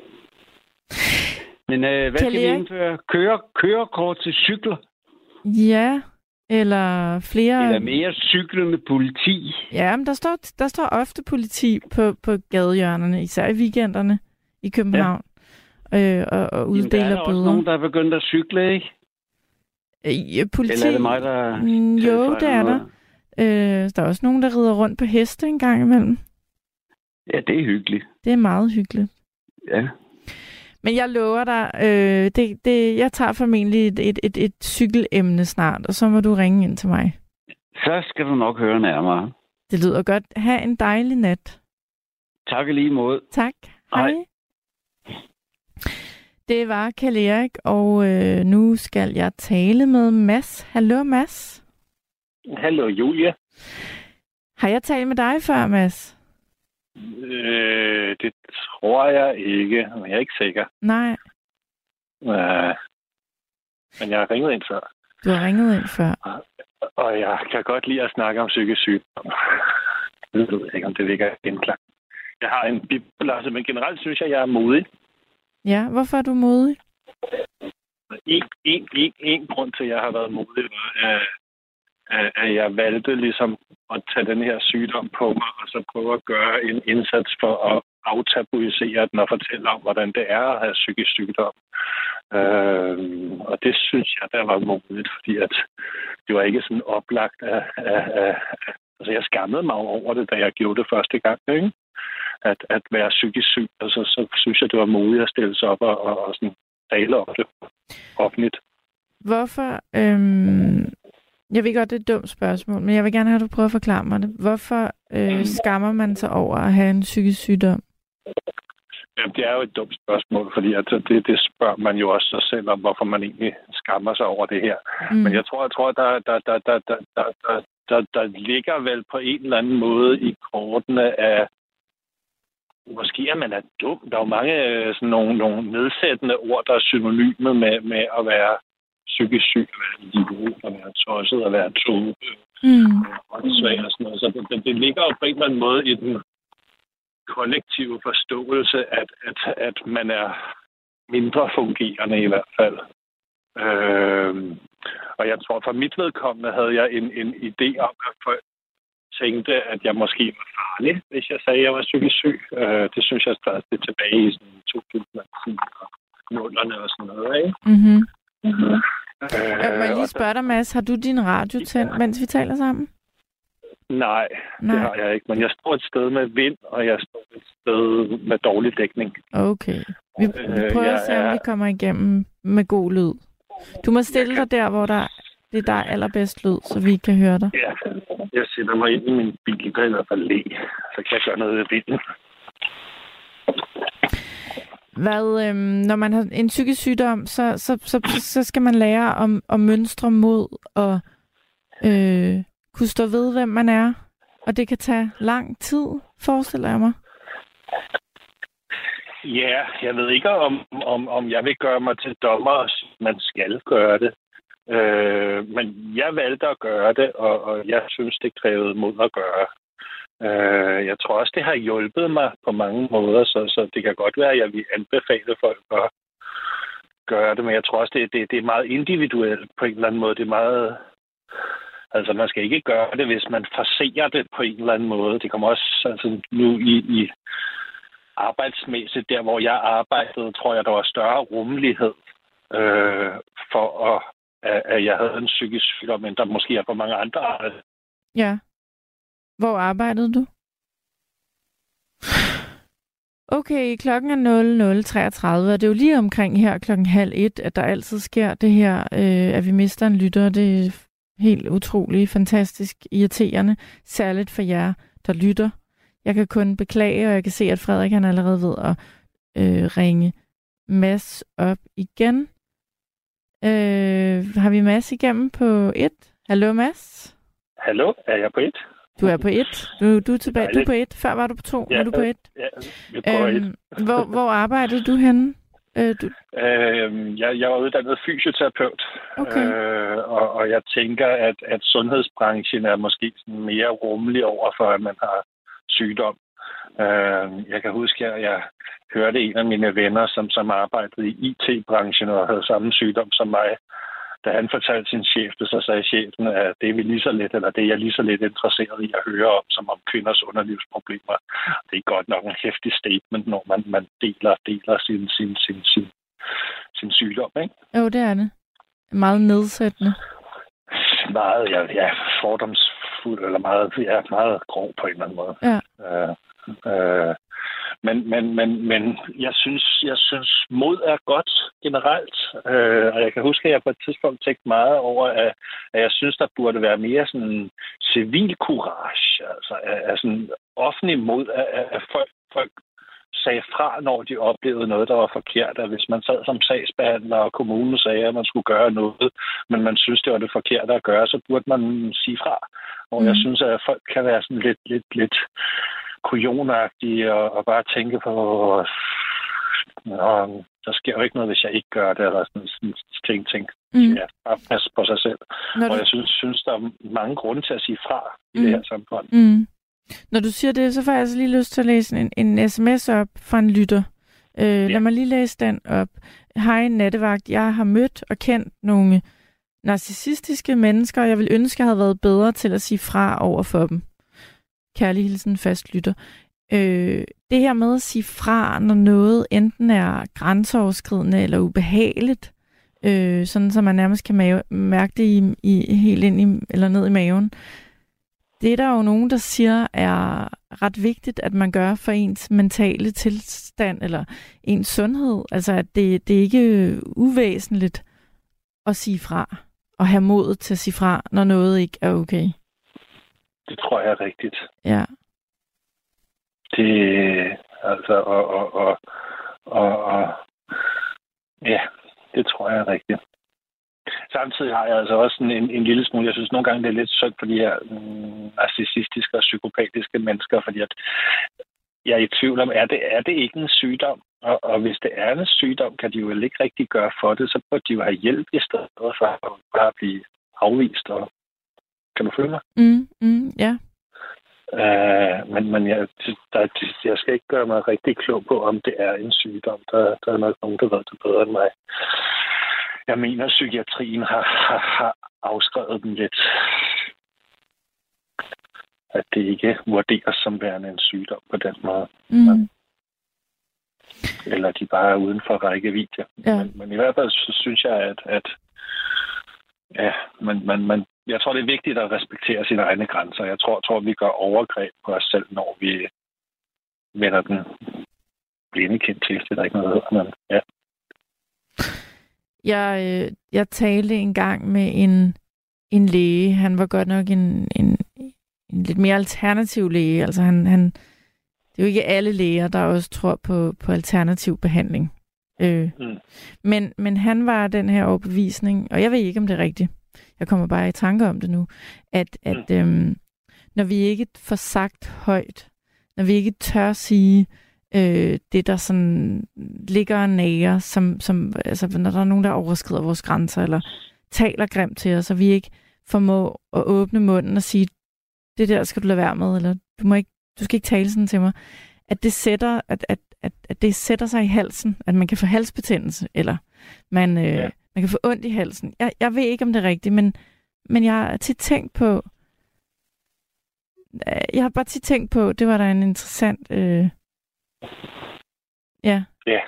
Speaker 5: Men hvad skal vi indføre? Kørekort til cykler?
Speaker 3: Ja, eller flere...
Speaker 5: Eller mere cyklende politi?
Speaker 3: Ja, men der står ofte politi på gadehjørnerne, især i weekenderne i København, og uddeler bøder.
Speaker 5: Der er der også nogen, der er begyndt at cykle, ikke?
Speaker 3: Politi...
Speaker 5: Eller er det mig, der...
Speaker 3: Jo, det er der. Der er også nogen, der rider rundt på heste en gang imellem.
Speaker 5: Ja, det er hyggeligt.
Speaker 3: Det er meget hyggeligt.
Speaker 5: Ja.
Speaker 3: Men jeg lover dig, jeg tager formentlig et cykelemne snart, og så må du ringe ind til mig.
Speaker 5: Så skal du nok høre nærmere.
Speaker 3: Det lyder godt. Ha' en dejlig nat.
Speaker 5: Tak i lige måde.
Speaker 3: Tak. Hej. Det var Kjell Erik, og nu skal jeg tale med Mads. Hallo, Mads.
Speaker 6: Hallo, Julia.
Speaker 3: Har jeg talt med dig før, Mads?
Speaker 6: Det tror jeg ikke, men jeg er ikke sikker.
Speaker 3: Nej.
Speaker 6: Men jeg har ringet ind før.
Speaker 3: Du har ringet ind før.
Speaker 6: Og jeg kan godt lide at snakke om psykisk sygdom. Jeg ved ikke, om det virker genklart. Jeg har en bipolar, men generelt synes jeg er modig.
Speaker 3: Ja, hvorfor er du modig?
Speaker 6: En grund til, at jeg har været modig, at jeg valgte ligesom at tage den her sygdom på mig, og så prøve at gøre en indsats for at aftabuisere den og fortælle om, hvordan det er at have psykisk sygdom. Og det synes jeg, der var modigt, fordi at det var ikke sådan oplagt altså jeg skammede mig over det, da jeg gjorde det første gang, ikke? At være psykisk syg, altså, så synes jeg, det var modigt at stille sig op og sådan tale om det offentligt.
Speaker 3: Hvorfor... Jeg ved godt, det er et dumt spørgsmål, men jeg vil gerne have, at du prøver at forklare mig det. Hvorfor skammer man sig over at have en psykisk sygdom?
Speaker 6: Jamen, det er jo et dumt spørgsmål, fordi det spørger man jo også sig selv om, hvorfor man egentlig skammer sig over det her. Men jeg tror, der ligger vel på en eller anden måde i kortene af, måske at man er dum. Der er jo mange sådan nogle nedsættende ord, der er synonyme med at være psykisk syg, at være idiot, at være tosset, at være tog, og svag og sådan noget. Så det ligger jo på en eller anden måde i den kollektive forståelse, at man er mindre fungerende i hvert fald. Og jeg tror, for mit vedkommende havde jeg en idé om, at folk tænkte, at jeg måske var farlig, hvis jeg sagde, at jeg var psykisk syg. Det synes jeg stadig lidt tilbage i sådan 2010 og 0'erne og sådan noget, ikke?
Speaker 3: Mm-hmm. Må jeg lige spørge dig, Mads, har du din radio tændt, mens vi taler sammen?
Speaker 6: Nej, det har jeg ikke. Men jeg står et sted med vind, og jeg står et sted med dårlig dækning.
Speaker 3: Okay. Vi prøver at se, om vi kommer igennem med god lyd. Du må stille dig der, hvor det er der allerbedst lyd, så vi kan høre dig.
Speaker 6: Ja, jeg sætter mig ind i min bil, der i hvert fald læ, så kan jeg gøre noget ved vinden.
Speaker 3: Når man har en psykisk sygdom, så skal man lære at mønstre mod og kunne stå ved, hvem man er. Og det kan tage lang tid, forestiller jeg mig.
Speaker 6: Ja, jeg ved ikke, om jeg vil gøre mig til dommer, man skal gøre det. Men jeg valgte at gøre det, og jeg synes, det krævede mod at gøre. Jeg tror også, det har hjulpet mig på mange måder, så det kan godt være, at jeg vil anbefale folk at gøre det, men jeg tror også, det er meget individuelt på en eller anden måde. Det er meget... Altså, man skal ikke gøre det, hvis man forcerer det på en eller anden måde. Det kommer også altså, nu i arbejdsmæssigt, der hvor jeg arbejdede, tror jeg, der var større rummelighed for at jeg havde en psykisk sygdom, end der måske er for mange andre arbejde.
Speaker 3: Ja. Hvor arbejdede du? Okay, klokken er 00:33, og det er jo lige omkring her 12:30, at der altid sker det her, at vi mister en lytter. Det er helt utroligt, fantastisk, irriterende, særligt for jer, der lytter. Jeg kan kun beklage, og jeg kan se, at Frederik han er allerede ved at ringe Mads op igen. Har vi Mads igennem på 1? Hallo Mads?
Speaker 6: Hallo, er jeg på 1?
Speaker 3: Du er på 1. Du er tilbage. Du er på 1. Før var du på 2.
Speaker 6: Ja,
Speaker 3: nu er du på 1.
Speaker 6: Ja, jeg er på 1.
Speaker 3: Hvor arbejdede du henne?
Speaker 6: Jeg var uddannet fysioterapeut,
Speaker 3: okay.
Speaker 6: Og jeg tænker, at sundhedsbranchen er måske sådan mere rummelig over for, at man har sygdom. Jeg kan huske, at jeg hørte en af mine venner, som arbejdede i IT-branchen og havde samme sygdom som mig. Da han fortalte sin chef, så sagde chefen, at det er vi lige så lidt, eller det er jeg lige så lidt interesseret i at høre om, som om kvinders underlivsproblemer. Det er godt nok en heftig statement, når man deler sin sygdom, ikke? Jo,
Speaker 3: det er det. Meget nedsættende.
Speaker 6: Meget, ja, fordomsfuld, eller meget grov på en eller anden måde.
Speaker 3: Ja.
Speaker 6: Men jeg synes mod er godt generelt. Og jeg kan huske, at jeg på et tidspunkt tænkte meget over, at jeg synes, der burde være mere sådan civil courage. Altså af sådan offentlig mod, at folk sagde fra, når de oplevede noget, der var forkert. At hvis man sad som sagsbehandler, og kommunen sagde, at man skulle gøre noget, men man synes, det var det forkerte at gøre, så burde man sige fra. Og jeg synes, at folk kan være sådan lidt kujonagtige og bare tænke på, der sker jo ikke noget, hvis jeg ikke gør det, eller sådan ting. Ja, bare passe på sig selv. Og jeg synes, der er mange grunde til at sige fra i det her samfund.
Speaker 3: Mm. Når du siger det, så får jeg altså lige lyst til at læse en sms op fra en lytter. Lad mig lige læse den op. Hej nattevagt, jeg har mødt og kendt nogle narcissistiske mennesker, og jeg vil ønske, at jeg havde været bedre til at sige fra over for dem. Kærlig hilsen, fast lytter. Det her med at sige fra, når noget enten er grænseoverskridende eller ubehageligt, sådan så man nærmest kan mærke det helt ind i, eller ned i maven. Det er der jo nogen, der siger er ret vigtigt, at man gør for ens mentale tilstand eller ens sundhed. Altså, at det er ikke uvæsentligt at sige fra og have modet til at sige fra, når noget ikke er okay.
Speaker 6: Det tror jeg er rigtigt.
Speaker 3: Ja.
Speaker 6: Det, altså, ja, det tror jeg er rigtigt. Samtidig har jeg altså også en lille smule, jeg synes nogle gange, det er lidt synd for de her narcissistiske og psykopatiske mennesker, fordi at jeg er i tvivl om, er det ikke en sygdom? Og hvis det er en sygdom, kan de jo ikke rigtig gøre for det, så burde de jo have hjælp i stedet for at bare blive afvist. Og kan du følge mig?
Speaker 3: Ja.
Speaker 6: Men jeg skal ikke gøre mig rigtig klog på, om det er en sygdom. Der er nok nogen, der ved det bedre end mig. Jeg mener, at psykiatrien har afskrevet dem lidt. At det ikke vurderes som værende en sygdom på den måde. Eller de bare er uden for rækkevidde.
Speaker 3: Ja.
Speaker 6: Men i hvert fald så synes jeg, at jeg tror, det er vigtigt at respektere sine egne grænser. Jeg tror vi gør overgreb på os selv, når vi vender den blinde kind til. Det er der ikke noget, der hedder, men ja.
Speaker 3: Jeg talte engang med en læge. Han var godt nok en lidt mere alternativ læge. Altså det er jo ikke alle læger, der også tror på alternativ behandling. Men han var den her overbevisning, og jeg ved ikke, om det er rigtigt. Jeg kommer bare i tanke om det nu, at når vi ikke får sagt højt, når vi ikke tør sige det, der sådan ligger og nager, som altså, når der er nogen, der overskrider vores grænser, eller taler grimt til os, og vi ikke formår at åbne munden og sige, det der skal du lade være med, eller du skal ikke tale sådan til mig, at det sætter, at det sætter sig i halsen, at man kan få halsbetændelse, eller man kan få ondt i halsen. Jeg ved ikke, om det er rigtigt, men jeg har tit tænkt på, det var der en interessant Ja.
Speaker 6: Ja.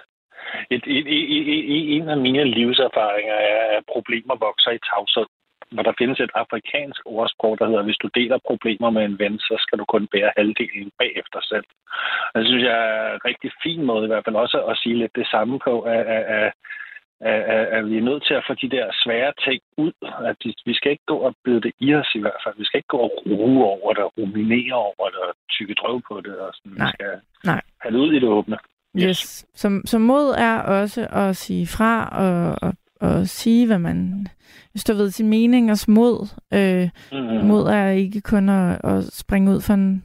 Speaker 6: En af mine livserfaringer er, at problemer vokser i tavshed. Hvor der findes et afrikansk ordsprog, der hedder, hvis du deler problemer med en ven, så skal du kun bære halvdelen bagefter selv. Og det synes jeg er en rigtig fin måde i hvert fald også at sige lidt det samme på, at vi er nødt til at få de der svære ting ud. At vi skal ikke gå og bide det i os i hvert fald. Vi skal ikke gå og ruge over det, ruminere over det og tykke drøv på det. Og sådan. Vi skal have det ud i det åbne.
Speaker 3: Yes. Som mod er også at sige fra og sige, hvad man... Hvis du ved sin meningers mod. Mod er ikke kun at springe ud for en...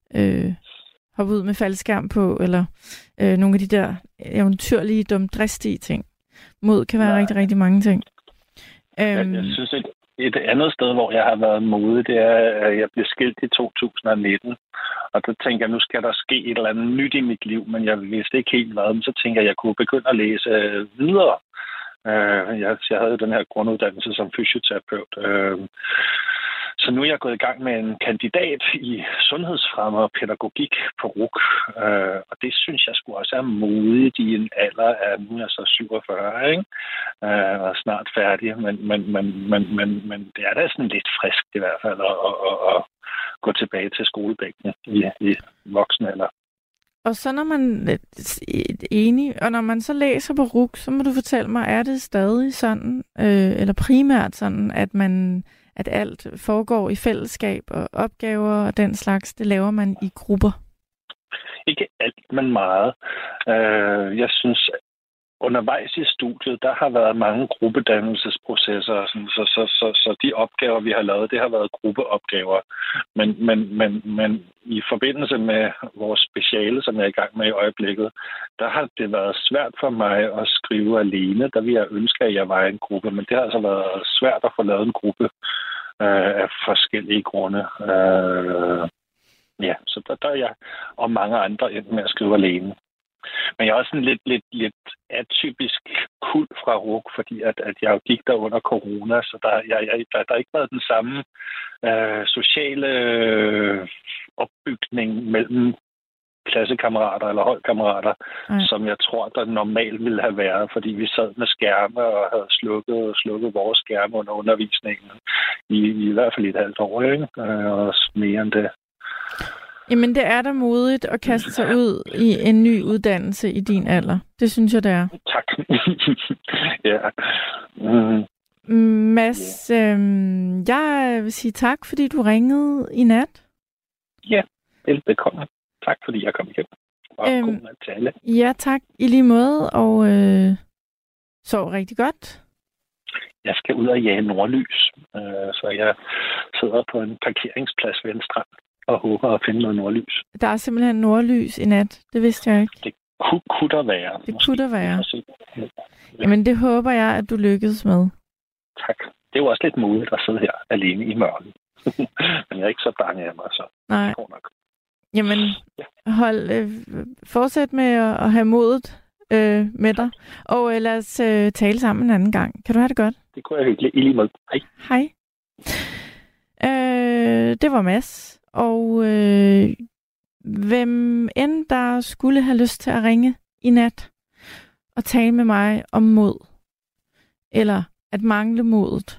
Speaker 3: hoppe ud med faldskærm på, eller nogle af de der eventyrlige, dumdristige ting. Mod kan være rigtig, rigtig mange ting.
Speaker 6: Jeg synes, et andet sted, hvor jeg har været modig, det er, at jeg blev skilt i 2019. Og så tænker jeg, nu skal der ske et eller andet nyt i mit liv, men jeg vidste ikke helt hvad. Men så tænker jeg kunne begynde at læse videre. Jeg havde jo den her grunduddannelse som fysioterapeut. Så nu er jeg gået i gang med en kandidat i sundhedsfremme og pædagogik på RUC. Og det synes jeg skulle også er modigt i en alder af, nu er jeg så 47, ikke? Og snart færdig. Men det er da sådan lidt frisk i hvert fald at gå tilbage til skolebænken i voksen alder.
Speaker 3: Og så når man er enig, og når man så læser på RUC, så må du fortælle mig, er det stadig sådan, eller primært sådan, at alt foregår i fællesskab og opgaver og den slags, det laver man i grupper?
Speaker 6: Ikke alt, men meget. Jeg synes, undervejs i studiet, der har været mange gruppedannelsesprocesser, så de opgaver, vi har lavet, det har været gruppeopgaver. Men i forbindelse med vores speciale, som jeg er i gang med i øjeblikket, der har det været svært for mig at skrive alene. Der ville jeg ønske, at jeg var i en gruppe, men det har altså været svært at få lavet en gruppe af forskellige grunde. Så der er jeg og mange andre endt med at skrive alene. Men jeg er også sådan lidt atypisk kul fra RUC, fordi at jeg gik der under corona, så der har ikke været den samme sociale opbygning mellem klassekammerater eller holdkammerater, som jeg tror, der normalt ville have været, fordi vi sad med skærme og havde slukket vores skærme under undervisningen i hvert fald i et halvt år, ikke? Og også mere end det.
Speaker 3: Jamen, det er da modigt at kaste sig ud i en ny uddannelse i din alder. Det synes jeg, det er.
Speaker 6: Tak. Ja.
Speaker 3: Mads, jeg vil sige tak, fordi du ringede i nat.
Speaker 6: Ja, velbekomme. Tak, fordi jeg kom hjem. Og god nat til alle.
Speaker 3: Ja, tak. I lige måde, og sov rigtig godt.
Speaker 6: Jeg skal ud og jage nordlys, så jeg sidder på en parkeringsplads ved en strand og håber at finde noget nordlys. Der er simpelthen nordlys i nat. Det vidste jeg ikke. Det kunne der være. Det kunne der være. Ja. Jamen, det håber jeg, at du lykkedes med. Tak. Det er jo også lidt modigt at sidde her alene i mørket. Men jeg er ikke så bange af mig, så
Speaker 3: nej.
Speaker 6: Det går nok.
Speaker 3: Jamen, fortsæt med at have modet med dig. Og lad os tale sammen en anden gang. Kan du have det godt? Det kunne jeg hyggeligt. I lige måde. Hej. Hej. Det var Mads. Og hvem end der skulle have lyst til at ringe i nat og tale med mig om mod, eller at mangle modet,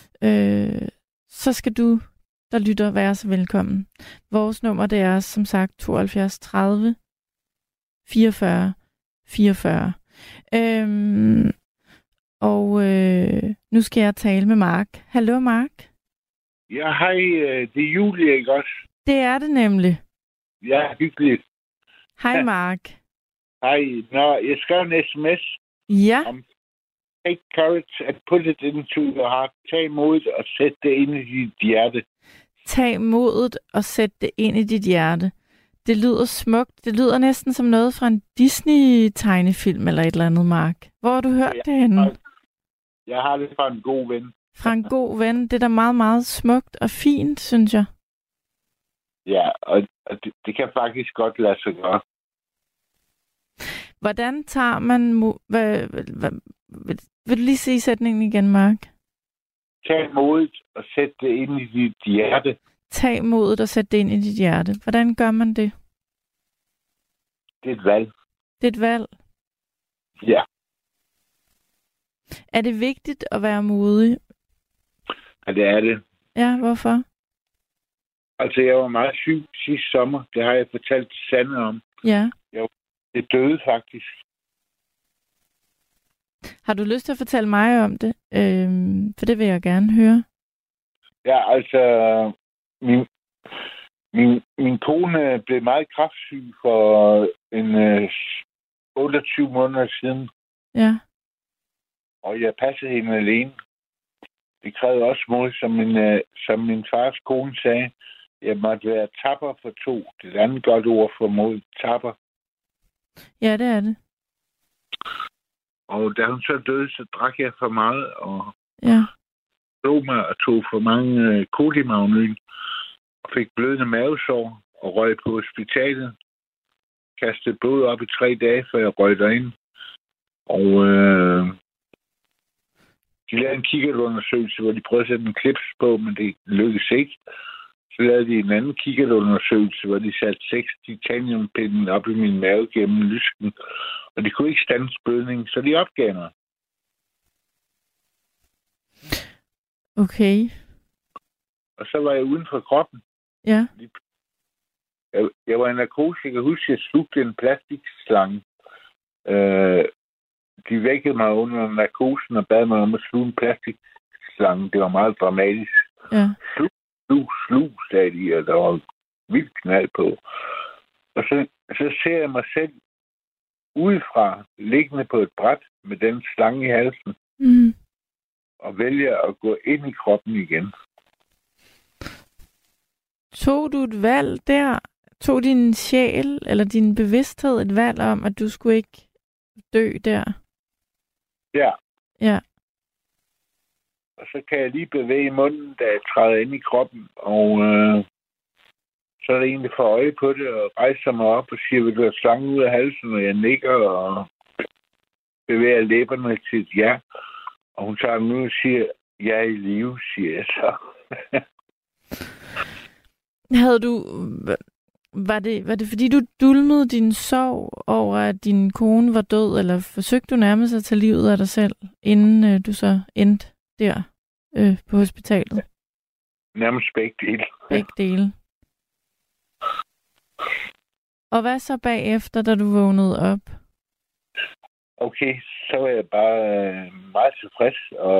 Speaker 3: så skal du, der lytter, være så velkommen. Vores nummer, det er som sagt 72 30 44 44. Nu skal jeg tale med Mark. Hallo, Mark.
Speaker 7: Ja, hej. Det er Julie, ikke også? Det er det nemlig. Ja, hyggeligt.
Speaker 3: Hej, Mark.
Speaker 7: Hej. Nå, jeg skrev en sms.
Speaker 3: Ja.
Speaker 7: Om take courage and put it into your heart. Tag modet og sæt det ind i dit hjerte.
Speaker 3: Tag modet og sæt det ind i dit hjerte. Det lyder smukt. Det lyder næsten som noget fra en Disney-tegnefilm eller et eller andet, Mark. Hvor har du hørt det henne?
Speaker 7: Jeg har det fra en god ven.
Speaker 3: Fra en god ven. Det er da meget, meget smukt og fint, synes jeg.
Speaker 7: Ja, og det kan faktisk godt lade sig gøre.
Speaker 3: Hvordan tager man... Vil du lige sige sætningen igen, Mark?
Speaker 7: Tag modet og sæt det ind i dit hjerte.
Speaker 3: Tag modet og sæt det ind i dit hjerte. Hvordan gør man det?
Speaker 7: Det er et valg.
Speaker 3: Det er et valg.
Speaker 7: Ja.
Speaker 3: Er det vigtigt at være modig?
Speaker 7: Ja, det er det.
Speaker 3: Ja, hvorfor?
Speaker 7: Altså, jeg var meget syg sidste sommer. Det har jeg fortalt Sanne om.
Speaker 3: Ja.
Speaker 7: Det døde faktisk.
Speaker 3: Har du lyst til at fortælle mig om det? For det vil jeg gerne høre.
Speaker 7: Ja, altså, min kone blev meget kræftsyg for 28 måneder siden.
Speaker 3: Ja.
Speaker 7: Og jeg passede hende alene. Det krævede også mod, som min fars kone sagde. Jeg måtte være tapper for 2. Det er et andet godt ord for mod. Tapper.
Speaker 3: Ja, det er det.
Speaker 7: Og da hun så døde, så drak jeg for meget, og slog mig og tog for mange kodimagnyl, og fik blødende mavesår, og røg på hospitalet. Kastede blod op i 3 dage, før jeg røg derind. Og de lavede en kikkertundersøgelse, hvor de prøvede at sætte en klips på, men det lykkedes ikke. Så lavede de en anden kikkertundersøgelse, hvor de satte 6 titaniumpinde op i min mave gennem lysken. Og de kunne ikke stands blødning, så de opgav mig.
Speaker 3: Okay.
Speaker 7: Og så var jeg uden for kroppen.
Speaker 3: Ja.
Speaker 7: Jeg var i narkose. Jeg kan huske, at jeg slugte en plastikslange. De vækkede mig under narkosen og bad mig om at sluge en plastikslange. Det var meget dramatisk.
Speaker 3: Ja.
Speaker 7: Slug, sagde de, og der var vildt knald på. Og så ser jeg mig selv udefra, liggende på et bræt med den slange i halsen, og vælger at gå ind i kroppen igen.
Speaker 3: Tog du et valg der? Tog din sjæl eller din bevidsthed et valg om, at du skulle ikke dø der?
Speaker 7: Ja.
Speaker 3: Ja.
Speaker 7: Og så kan jeg lige bevæge munden, da jeg træder ind i kroppen, og så er det egentlig for øje på det, og rejser mig op og siger, vil du have slangen ud af halsen, og jeg nikker og bevæger læberne til et ja. Og hun tager den ud og siger, jeg er i live, siger jeg så.
Speaker 3: Var det fordi du dulmede din sorg over, at din kone var død, eller forsøgte du nærmest at tage livet af dig selv, inden du så endte der på hospitalet?
Speaker 7: Nærmest begge dele.
Speaker 3: Begge dele. Og hvad så bagefter, da du vågnede op?
Speaker 7: Okay, så var jeg bare meget tilfreds,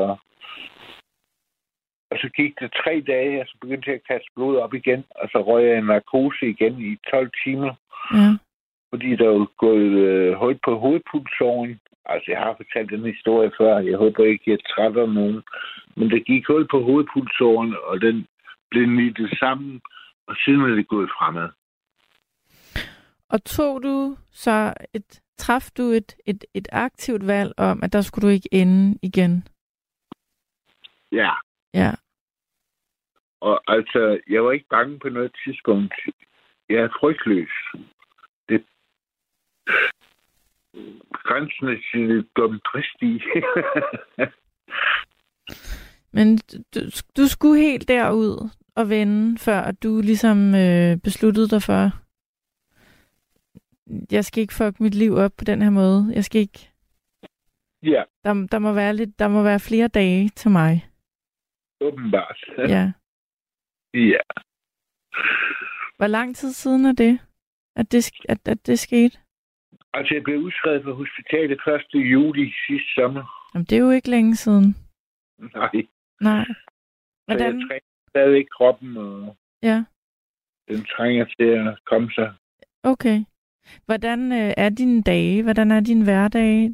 Speaker 7: og så gik det 3 dage, og så begyndte jeg at kaste blod op igen, og så røg jeg en narkose igen i 12 timer. Ja. Fordi der var gået hul på hovedpulsåren. Altså, jeg har fortalt den historie før. Jeg håber ikke, jeg trætter nogen. Men der gik hul på hovedpulsåren, og den blev nittet sammen, og siden er det gået fremad.
Speaker 3: Og traf du et aktivt valg om, at der skulle du ikke ende igen?
Speaker 7: Ja.
Speaker 3: Ja.
Speaker 7: Og altså, jeg var ikke bange på noget tidspunkt. Jeg er frygtløs. Det grænsen er til dumdristig.
Speaker 3: Men du skulle helt derud og vende, før at du ligesom besluttede dig for, jeg skal ikke fuck mit liv op på den her måde. Jeg skal ikke...
Speaker 7: Ja.
Speaker 3: Der må være flere dage til mig.
Speaker 7: Åbenbart.
Speaker 3: Ja.
Speaker 7: Ja.
Speaker 3: Hvor lang tid siden er det, at det skete?
Speaker 7: Altså, jeg blev udskrevet fra hospitalet 1. juli sidste sommer.
Speaker 3: Jamen, det er jo ikke længe siden.
Speaker 7: Nej.
Speaker 3: Hvordan?
Speaker 7: Så jeg træner stadig kroppen, og
Speaker 3: ja.
Speaker 7: Den trænger til at komme sig.
Speaker 3: Okay. Hvordan er dine dage? Hvordan er din hverdag?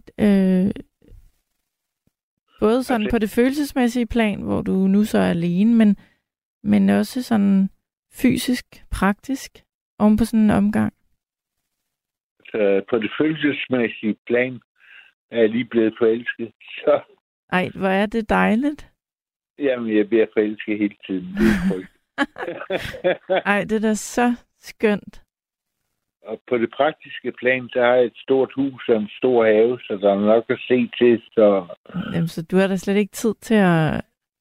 Speaker 3: Både sådan på det følelsesmæssige plan, hvor du nu så er alene, men også sådan fysisk, praktisk, oven på sådan en omgang?
Speaker 7: Så på det følelsesmæssige plan er jeg lige blevet forelsket. Så...
Speaker 3: Ej, hvor er det dejligt.
Speaker 7: Jamen, jeg bliver forelsket hele tiden. Det er trygt.
Speaker 3: Ej, det er da så skønt.
Speaker 7: Og på det praktiske plan, så har jeg et stort hus og en stor have, så der er nok at se til. Så...
Speaker 3: Jamen, så du har da slet ikke tid til at...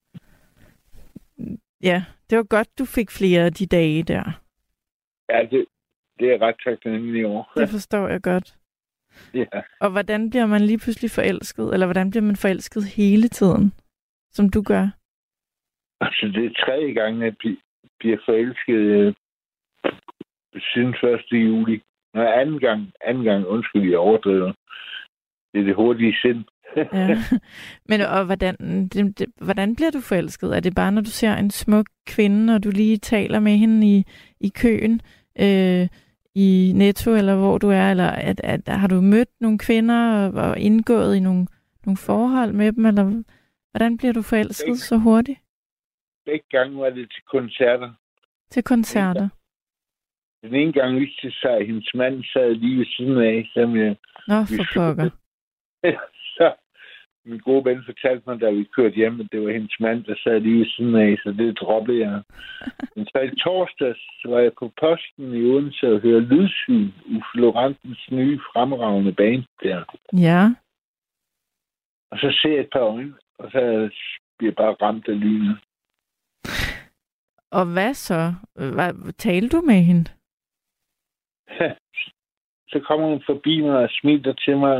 Speaker 3: Ja, det var godt, du fik flere af de dage der.
Speaker 7: Ja, det er ret taknemmelig over.
Speaker 3: Det forstår jeg godt.
Speaker 7: Ja.
Speaker 3: Og hvordan bliver man lige pludselig forelsket? Eller hvordan bliver man forelsket hele tiden, som du gør?
Speaker 7: Altså, det er 3. gang, at jeg bliver forelsket siden 1. juli. Nå, anden gang, undskyld, jeg overdriver. Det er det hurtige sind.
Speaker 3: Ja. Men og hvordan bliver du forelsket? Er det bare, når du ser en smuk kvinde, og du lige taler med hende i køen i Netto, eller hvor du er? Eller har du mødt nogle kvinder og indgået i nogle forhold med dem? Eller hvordan bliver du forelsket så hurtigt?
Speaker 7: Begge gange var det til koncerter.
Speaker 3: Til koncerter?
Speaker 7: Den ene gang viste sig, at hendes mand sad lige ved siden af.
Speaker 3: Nå, for pokker.
Speaker 7: Så min gode ven fortalte mig, da vi kørte hjem, at det var hendes mand, der sad lige ved siden af, så det droppede jeg. Men så i torsdags var jeg på posten i Odense og hørte Lydsyn i Florentens nye fremragende band der.
Speaker 3: Ja.
Speaker 7: Og så ser jeg et par øjne, og så bliver jeg bare ramt af lynet.
Speaker 3: Og hvad så? Talte du med hende?
Speaker 7: Så kommer hun forbi mig og smiler til mig,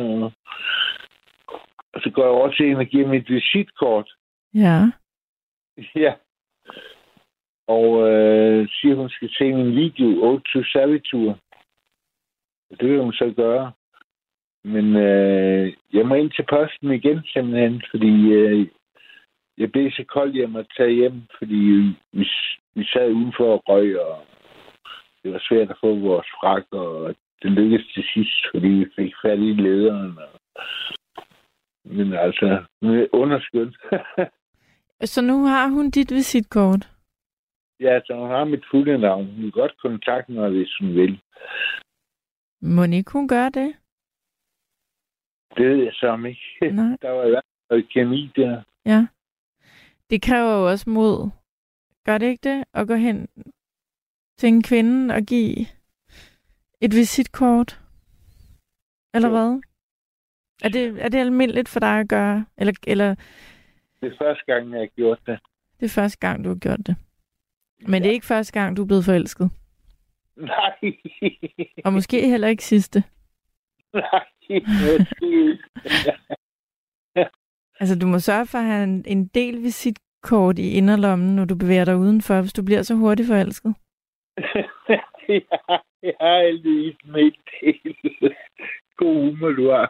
Speaker 7: og så går jeg over til hende og giver mit visitkort.
Speaker 3: Ja.
Speaker 7: Ja. Og siger, hun skal se min video, Ode to Servitude. Det vil hun så gøre. Men jeg må ind til posten igen, simpelthen, fordi jeg blev så kold hjem at tage hjem, fordi vi sad udenfor og røg, og det var svært at få vores frak, og det lykkedes til sidst, fordi vi fik fat i lederen. Men altså, underskønt.
Speaker 3: Så nu har hun dit visitkort?
Speaker 7: Ja, så hun har mit fulde navn. Hun kan godt kontakte mig, hvis hun vil.
Speaker 3: Må ikke hun gøre det?
Speaker 7: Det ved jeg så ikke.
Speaker 3: Nej.
Speaker 7: Der var i hvert fald kemi der.
Speaker 3: Ja. Det kræver jo også mod. Gør det ikke det? At gå hen til en kvinde og give et visitkort? Eller hvad? Er det almindeligt for dig at gøre? Eller?
Speaker 7: Det er første gang, jeg har gjort det.
Speaker 3: Det er første gang, du har gjort det. Men det er ikke første gang, du er blevet forelsket?
Speaker 7: Nej.
Speaker 3: Og måske heller ikke sidste?
Speaker 7: Nej, måske.
Speaker 3: Altså, du må sørge for at have en del visitkort i inderlommen, når du bevæger dig udenfor, hvis du bliver så hurtigt forelsket.
Speaker 7: Jeg har heldigvis med en del. God humor, du har.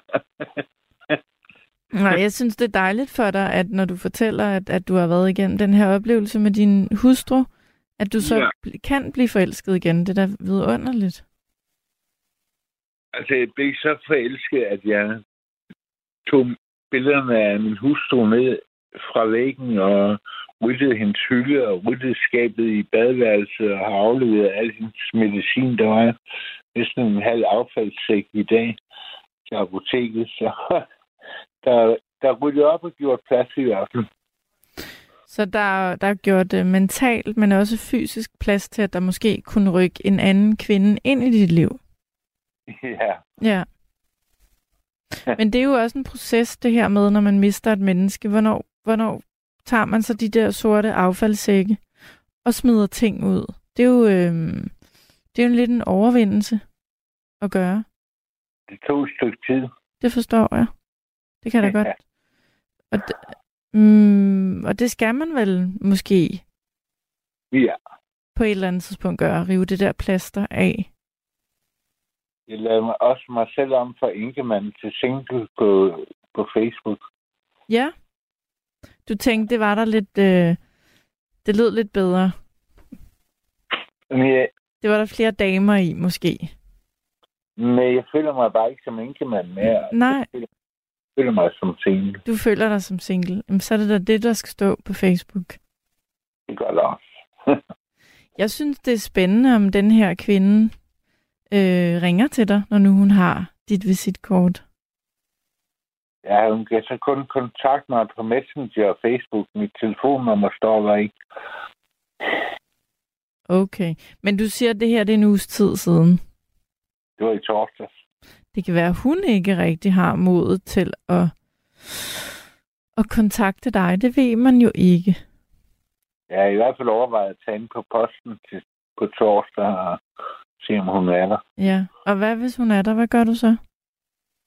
Speaker 3: Nej, jeg synes, det er dejligt for dig, at når du fortæller, at du har været igennem den her oplevelse med din hustru, at du så kan blive forelsket igen. Det er da vidunderligt.
Speaker 7: Altså, jeg blev så forelsket, at jeg tog billederne af min hustru ned fra væggen og ryddede hendes hylde og ryddede skabet i badeværelset og har afleveret al hendes medicin. Der var næsten en halv affaldssæk i dag til apoteket, så der ryddede op og gjort plads i hvert fald.
Speaker 3: Så der er gjort mentalt, men også fysisk plads til, at der måske kunne rykke en anden kvinde ind i dit liv.
Speaker 7: Ja.
Speaker 3: Ja. Men det er jo også en proces, det her med, når man mister et menneske. Hvornår tager man så de der sorte affaldssække og smider ting ud? Det er jo lidt en overvindelse at gøre.
Speaker 7: Det tog et stykke tid.
Speaker 3: Det forstår jeg. Det kan da godt. Og det skal man vel måske på et eller andet tidspunkt gøre. Rive det der plaster af.
Speaker 7: Jeg lavede også mig selv om fra enkemand til single på Facebook.
Speaker 3: Ja. Du tænkte, det var der lidt... det lød lidt bedre.
Speaker 7: Ja.
Speaker 3: Det var der flere damer i, måske.
Speaker 7: Men jeg føler mig bare ikke som enkemand mere.
Speaker 3: Nej.
Speaker 7: Jeg føler mig som single.
Speaker 3: Du føler dig som single. Jamen, så er det da det, der skal stå på Facebook.
Speaker 7: Det gør det også. Jeg
Speaker 3: synes, det er spændende, om den her kvinde ringer til dig, når nu hun har dit visitkort.
Speaker 7: Ja, hun kan så kun kontakte mig på Messenger og Facebook. Mit telefonnummer står der ikke.
Speaker 3: Okay. Men du siger, at det her det er en uges tid siden.
Speaker 7: Det var i torsdags.
Speaker 3: Det kan være, at hun ikke rigtig har modet til at kontakte dig. Det ved man jo ikke.
Speaker 7: Jeg har i hvert fald overvejet at tage ind på posten på torsdag og se, om hun er der.
Speaker 3: Ja, og hvad hvis hun er der? Hvad gør du så?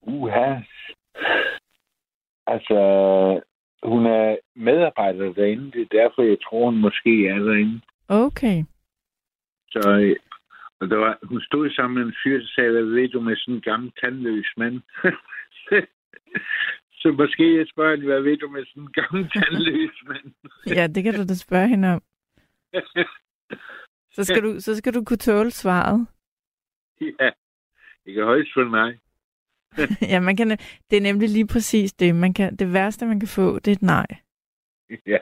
Speaker 7: Altså, hun er medarbejder derinde. Det er derfor, jeg tror, hun måske er derinde.
Speaker 3: Okay.
Speaker 7: Så og hun stod sammen med en fyr, der sagde, hvad ved du med sådan en gammel tandløs mand? Så måske jeg spørger hende, hvad ved du med sådan en gammel tandløs mand?
Speaker 3: Ja, det kan du da spørge hende om. Så skal du kunne tåle svaret.
Speaker 7: Ja, det kan højst for mig.
Speaker 3: Ja, det er nemlig lige præcis det. Det værste, man kan få, det er et nej.
Speaker 7: Ja.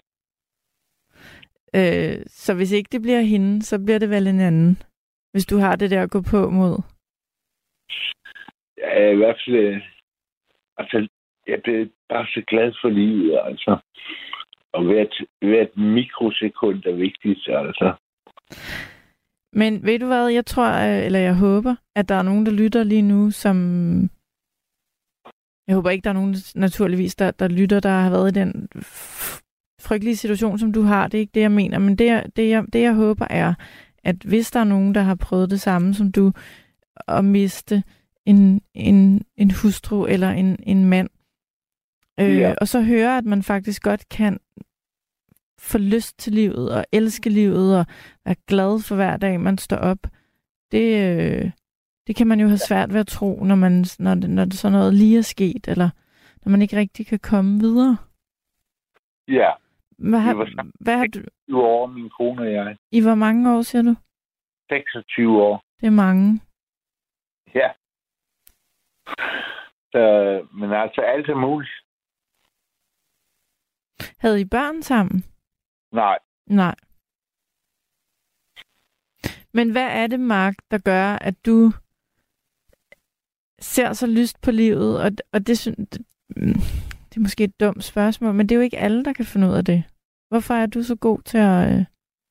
Speaker 3: Så hvis ikke det bliver hende, så bliver det vel en anden. Hvis du har det der at gå på mod.
Speaker 7: Ja, i hvert fald. Altså, jeg bliver bare så glad for livet, altså. Og hvert mikrosekund er vigtigt, altså.
Speaker 3: Men ved du hvad, jeg tror, eller jeg håber, at der er nogen, der lytter lige nu, som... Jeg håber ikke, der er nogen, naturligvis, der lytter, der har været i den frygtelige situation, som du har. Det er ikke det, jeg mener. Men det jeg håber er, at hvis der er nogen, der har prøvet det samme som du, at miste en hustru eller en mand, og så høre, at man faktisk godt kan få lyst til livet og elske livet og være glad for hver dag, man står op. Det kan man jo have svært ved at tro, når sådan noget lige er sket, eller når man ikke rigtig kan komme videre.
Speaker 7: Ja.
Speaker 3: Hvad har du?
Speaker 7: 20 år, min kone og jeg.
Speaker 3: I hvor mange år, siger du?
Speaker 7: 26 år.
Speaker 3: Det er mange.
Speaker 7: Ja. Men altså, alt er muligt.
Speaker 3: Havde I børn sammen?
Speaker 7: Nej.
Speaker 3: Men hvad er det, Mark, der gør, at du ser så lyst på livet? Og det er måske et dumt spørgsmål, men det er jo ikke alle, der kan finde ud af det. Hvorfor er du så god til at...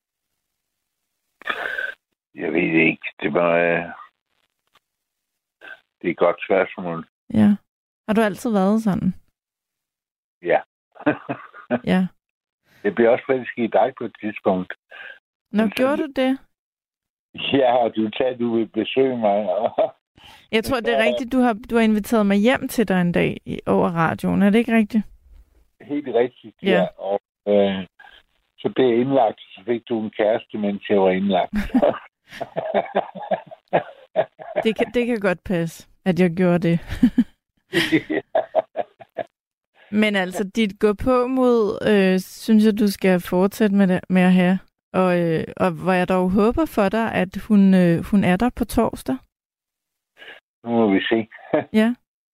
Speaker 7: Jeg ved det ikke. Det er et godt spørgsmål.
Speaker 3: Ja. Har du altid været sådan?
Speaker 7: Ja.
Speaker 3: Ja.
Speaker 7: Jeg blev også forelsket i dig på et tidspunkt.
Speaker 3: Gjorde du det?
Speaker 7: Ja, og du vil besøge mig.
Speaker 3: Jeg tror, det er rigtigt. Du har inviteret mig hjem til dig en dag over radioen. Er det ikke rigtigt?
Speaker 7: Helt rigtigt, ja. Og så blev jeg indlagt, så fik du en kæreste, mens jeg var indlagt.
Speaker 3: Det kan godt passe, at jeg gjorde det. Men altså, dit gå på mod, synes jeg, du skal fortsætte med at have. Og hvor jeg dog håber for dig, at hun er der på torsdag.
Speaker 7: Nu må vi se.
Speaker 3: Ja.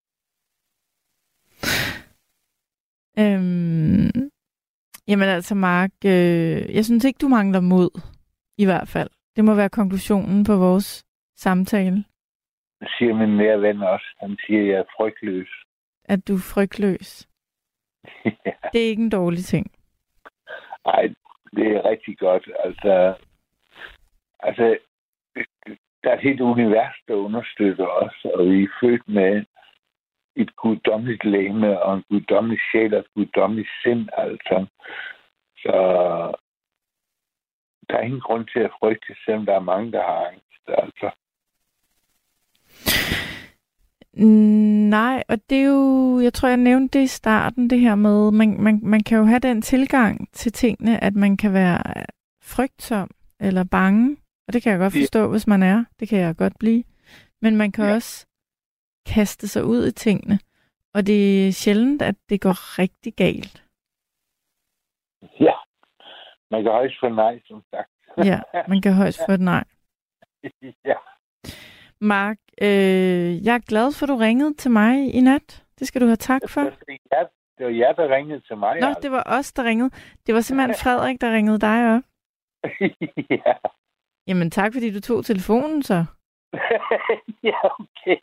Speaker 3: Jamen altså, Mark, jeg synes ikke, du mangler mod, i hvert fald. Det må være konklusionen på vores samtale.
Speaker 7: Det siger min nære ven også. Han siger, at jeg er frygtløs.
Speaker 3: At du er frygtløs? Ja. Det er ikke en dårlig ting.
Speaker 7: Nej, det er rigtig godt. Altså, der er et helt univers, der understøtter os, og vi er født med et guddommeligt legeme og en guddommelig sjæl og et guddommeligt sind, altså. Så der er ingen grund til at frygte, selvom der er mange, der har angst, altså.
Speaker 3: Nej, og det er jo, jeg tror, jeg nævnte det i starten, det her med, man kan jo have den tilgang til tingene, at man kan være frygtsom eller bange, og det kan jeg godt forstå, hvis man er. Det kan jeg godt blive. Men man kan også kaste sig ud i tingene, og det er sjældent, at det går rigtig galt.
Speaker 7: Ja, man kan højst få nej, som sagt.
Speaker 3: Ja, man kan højst få et nej.
Speaker 7: Ja.
Speaker 3: Mark, jeg er glad for, at du ringede til mig i nat. Det skal du have tak for.
Speaker 7: Det var jer, der ringede til mig.
Speaker 3: Nå, det var os, der ringede. Det var simpelthen Frederik, der ringede dig op.
Speaker 7: Ja.
Speaker 3: Jamen tak, fordi du tog telefonen så.
Speaker 7: Ja, okay.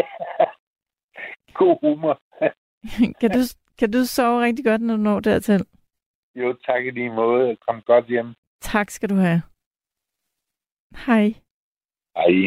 Speaker 7: God humor.
Speaker 3: Kan du sove rigtig godt, når du når dertil?
Speaker 7: Jo, tak i lige måde. Kom godt hjem.
Speaker 3: Tak skal du have. Hej.
Speaker 7: Hej.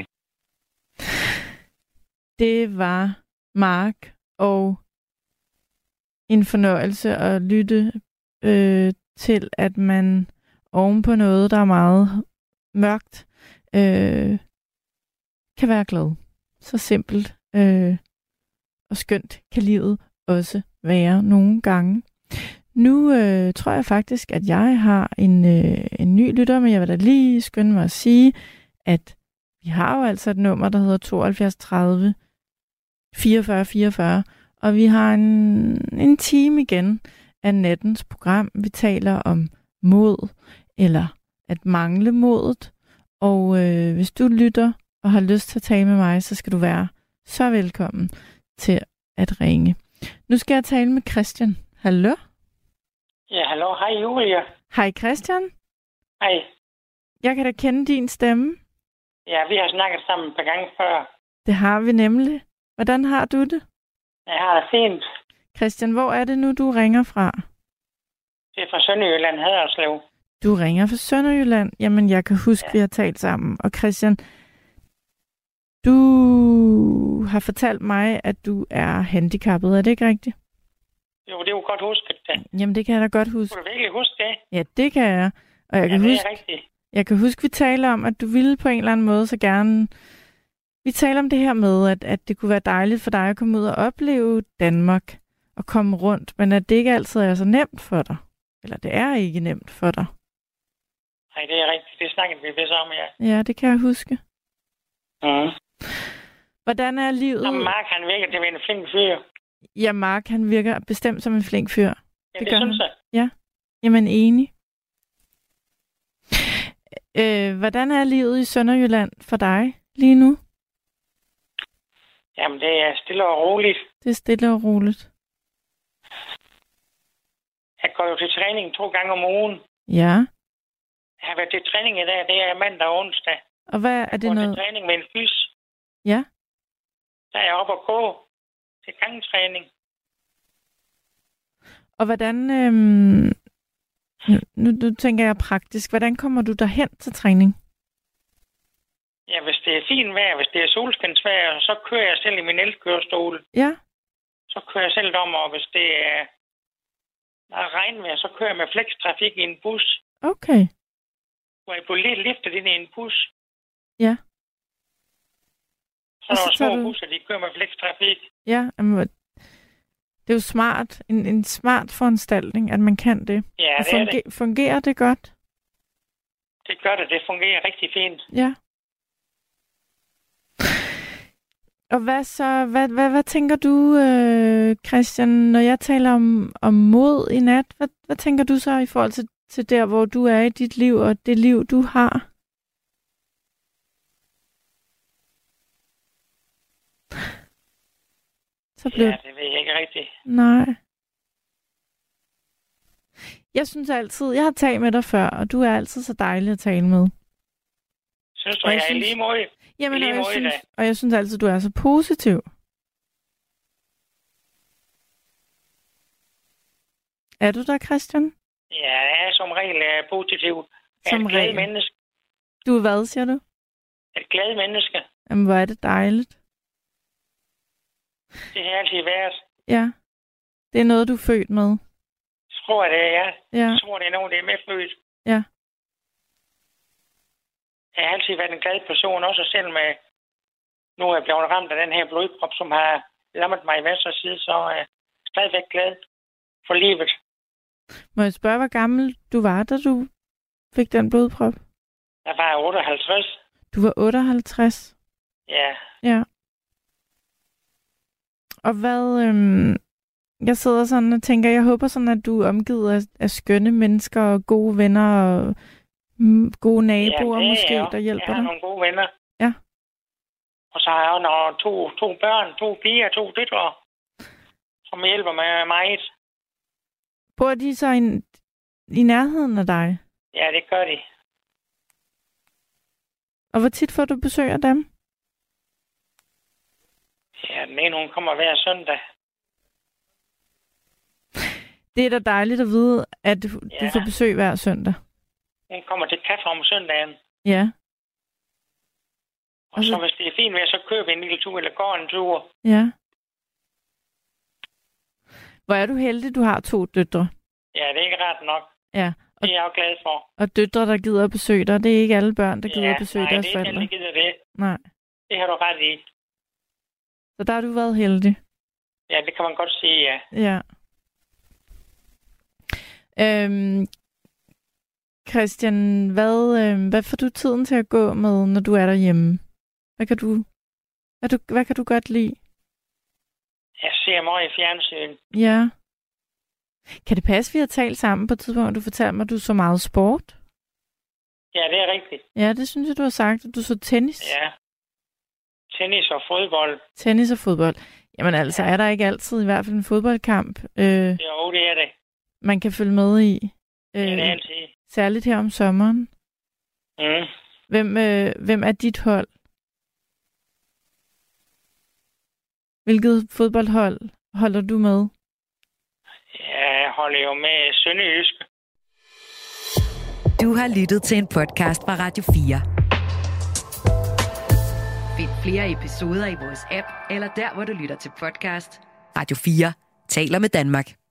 Speaker 3: Det var Mark, og en fornøjelse at lytte til, at man oven på noget, der er meget mørkt, kan være glad. Så simpelt. og skønt kan livet også være nogle gange. Nu tror jeg faktisk, at jeg har en ny lytter, men jeg vil da lige skynde mig at sige, at vi har jo altså et nummer, der hedder 72 30 44 44, og vi har en time igen af nattens program. Vi taler om mod, eller at mangle modet, og hvis du lytter og har lyst til at tale med mig, så skal du være så velkommen til at ringe. Nu skal jeg tale med Christian. Hallo?
Speaker 8: Ja, hallo. Hej, Julia.
Speaker 3: Hej, Christian.
Speaker 8: Hej.
Speaker 3: Jeg kan da kende din stemme.
Speaker 8: Ja, vi har snakket sammen et par gange før.
Speaker 3: Det har vi nemlig. Hvordan har du det?
Speaker 8: Jeg har det fint.
Speaker 3: Christian, hvor er det nu, du ringer fra?
Speaker 8: Det er fra Sønderjylland, Haderslev.
Speaker 3: Du ringer fra Sønderjylland? Jamen, jeg kan huske, vi har talt sammen. Og Christian, du har fortalt mig, at du er handicappet. Er det ikke rigtigt?
Speaker 8: Jo, det er jo godt husket det.
Speaker 3: Jamen, det kan jeg da godt huske.
Speaker 8: Kunne du virkelig huske det?
Speaker 3: Ja, det kan jeg. Og jeg kan
Speaker 8: det
Speaker 3: huske,
Speaker 8: er rigtigt.
Speaker 3: jeg kan huske, vi taler om, at du ville på en eller anden måde så gerne. Vi taler om det her med, at det kunne være dejligt for dig at komme ud og opleve Danmark og komme rundt, men at det ikke altid er så nemt for dig. Eller det er ikke nemt for dig.
Speaker 8: Nej, det er rigtigt. Det snakkede vi vist om, ja.
Speaker 3: Ja, det kan jeg huske.
Speaker 8: Mm.
Speaker 3: Hvordan er livet?
Speaker 8: Nå, Mark, han virker til at være en flink fyr.
Speaker 3: Ja, Mark, han virker bestemt som en flink fyr.
Speaker 8: Ja, det synes jeg.
Speaker 3: Ja, jamen enig. Hvordan er livet i Sønderjylland for dig lige nu?
Speaker 8: Jamen, det er stille og roligt.
Speaker 3: Det er stille og roligt.
Speaker 8: Jeg går jo til træning 2 gange om ugen.
Speaker 3: Ja.
Speaker 8: Jeg har været til træning i dag, det er mandag og onsdag.
Speaker 3: Og hvad er det noget?
Speaker 8: Jeg går til træning med en fys.
Speaker 3: Ja.
Speaker 8: Der er jeg oppe og gå til gangtræning.
Speaker 3: Og hvordan, nu tænker jeg praktisk, hvordan kommer du derhen til træning?
Speaker 8: Ja, hvis det er fint vejr, hvis det er solskinsvejr, så kører jeg selv i min elkørestol.
Speaker 3: Ja.
Speaker 8: Så kører jeg selv om, og hvis det er regnvejr, så kører jeg med flextrafik i en bus.
Speaker 3: Okay.
Speaker 8: Hvor jeg bliver lidt liftet ind i en bus.
Speaker 3: Ja.
Speaker 8: Så er der små busser, de kører med flextrafik.
Speaker 3: Ja, det er jo smart. En smart foranstaltning, at man kan det.
Speaker 8: Ja, det er det.
Speaker 3: Fungerer det godt?
Speaker 8: Det gør det. Det fungerer rigtig fint.
Speaker 3: Ja. Og hvad så? Hvad tænker du, Christian, når jeg taler om mod i nat? Hvad tænker du så i forhold til der, hvor du er i dit liv, og det liv, du har?
Speaker 8: Ja, det ved jeg ikke rigtigt.
Speaker 3: Nej. Jeg synes altid, jeg har talt med dig før, og du er altid så dejlig at tale med.
Speaker 8: Synes du, jeg er lige måde?
Speaker 3: Jamen, og jeg synes altid, du er så positiv. Er du der, Christian?
Speaker 8: Ja, jeg er som regel positiv.
Speaker 3: Som
Speaker 8: et glad menneske.
Speaker 3: Du er hvad, siger du?
Speaker 8: Et glad menneske.
Speaker 3: Jamen, hvor er det dejligt.
Speaker 8: Det har altid været.
Speaker 3: Ja. Det er noget, du er født med.
Speaker 8: Jeg tror, det er, ja.
Speaker 3: Ja.
Speaker 8: Jeg tror, det er nogen, der er medfødt.
Speaker 3: Ja.
Speaker 8: Jeg har altid været en glad person, også selv med, nu er jeg blevet ramt af den her blodprop, som har lammet mig i venstre side, så er jeg stadigvæk glad for livet.
Speaker 3: Må jeg spørge, hvor gammel du var, da du fik den blodprop?
Speaker 8: Jeg var 58.
Speaker 3: Du var 58?
Speaker 8: Ja.
Speaker 3: Ja. Og hvad, jeg sidder sådan og tænker, jeg håber sådan, at du er omgivet af skønne mennesker og gode venner og gode naboer måske, der hjælper dig.
Speaker 8: Jeg har nogle gode venner.
Speaker 3: Ja.
Speaker 8: Og så har jeg også to børn, 2 piger, 2 døtre, som hjælper mig meget.
Speaker 3: Bor de så i nærheden af dig?
Speaker 8: Ja, det gør de.
Speaker 3: Og hvor tit får du besøg af dem?
Speaker 8: Ja, den ene, hun kommer hver søndag.
Speaker 3: Det er da dejligt at vide, at du får besøg hver søndag.
Speaker 8: Hun kommer til kaffe om søndagen.
Speaker 3: Ja.
Speaker 8: Og så hvis det er fint vejr, så kører vi en lille tur, eller går en tur.
Speaker 3: Ja. Hvor er du heldig, du har 2 døtre.
Speaker 8: Ja, det er ikke ret nok.
Speaker 3: Ja.
Speaker 8: Det er jeg jo glad for.
Speaker 3: Og døtre, der gider at besøge dig. Det er ikke alle børn, der gider at besøge deres forældre.
Speaker 8: Nej, det er ikke alle, der gider det.
Speaker 3: Nej.
Speaker 8: Det har du ret i.
Speaker 3: Så der har du været heldig.
Speaker 8: Ja, det kan man godt sige, ja.
Speaker 3: Ja. Christian, hvad får du tiden til at gå med, når du er derhjemme? Hvad kan du godt lide?
Speaker 8: Jeg ser meget i fjernsyn.
Speaker 3: Ja. Kan det passe, vi har talt sammen på et tidspunkt, og du fortalte mig, at du så meget sport?
Speaker 8: Ja, det er rigtigt.
Speaker 3: Ja, det synes jeg, du har sagt, at du så tennis.
Speaker 8: Ja. Tennis og fodbold.
Speaker 3: Tennis og fodbold. Jamen altså, er der ikke altid i hvert fald en fodboldkamp?
Speaker 8: Jo, det er det.
Speaker 3: Man kan følge med i.
Speaker 8: Ja, det er altid.
Speaker 3: Særligt her om sommeren.
Speaker 8: Mm.
Speaker 3: Hvem er dit hold? Hvilket fodboldhold holder du med?
Speaker 8: Jeg holder jo med Sønderjysk.
Speaker 2: Du har lyttet til en podcast fra Radio 4. Find flere episoder i vores app, eller der, hvor du lytter til podcast. Radio 4 taler med Danmark.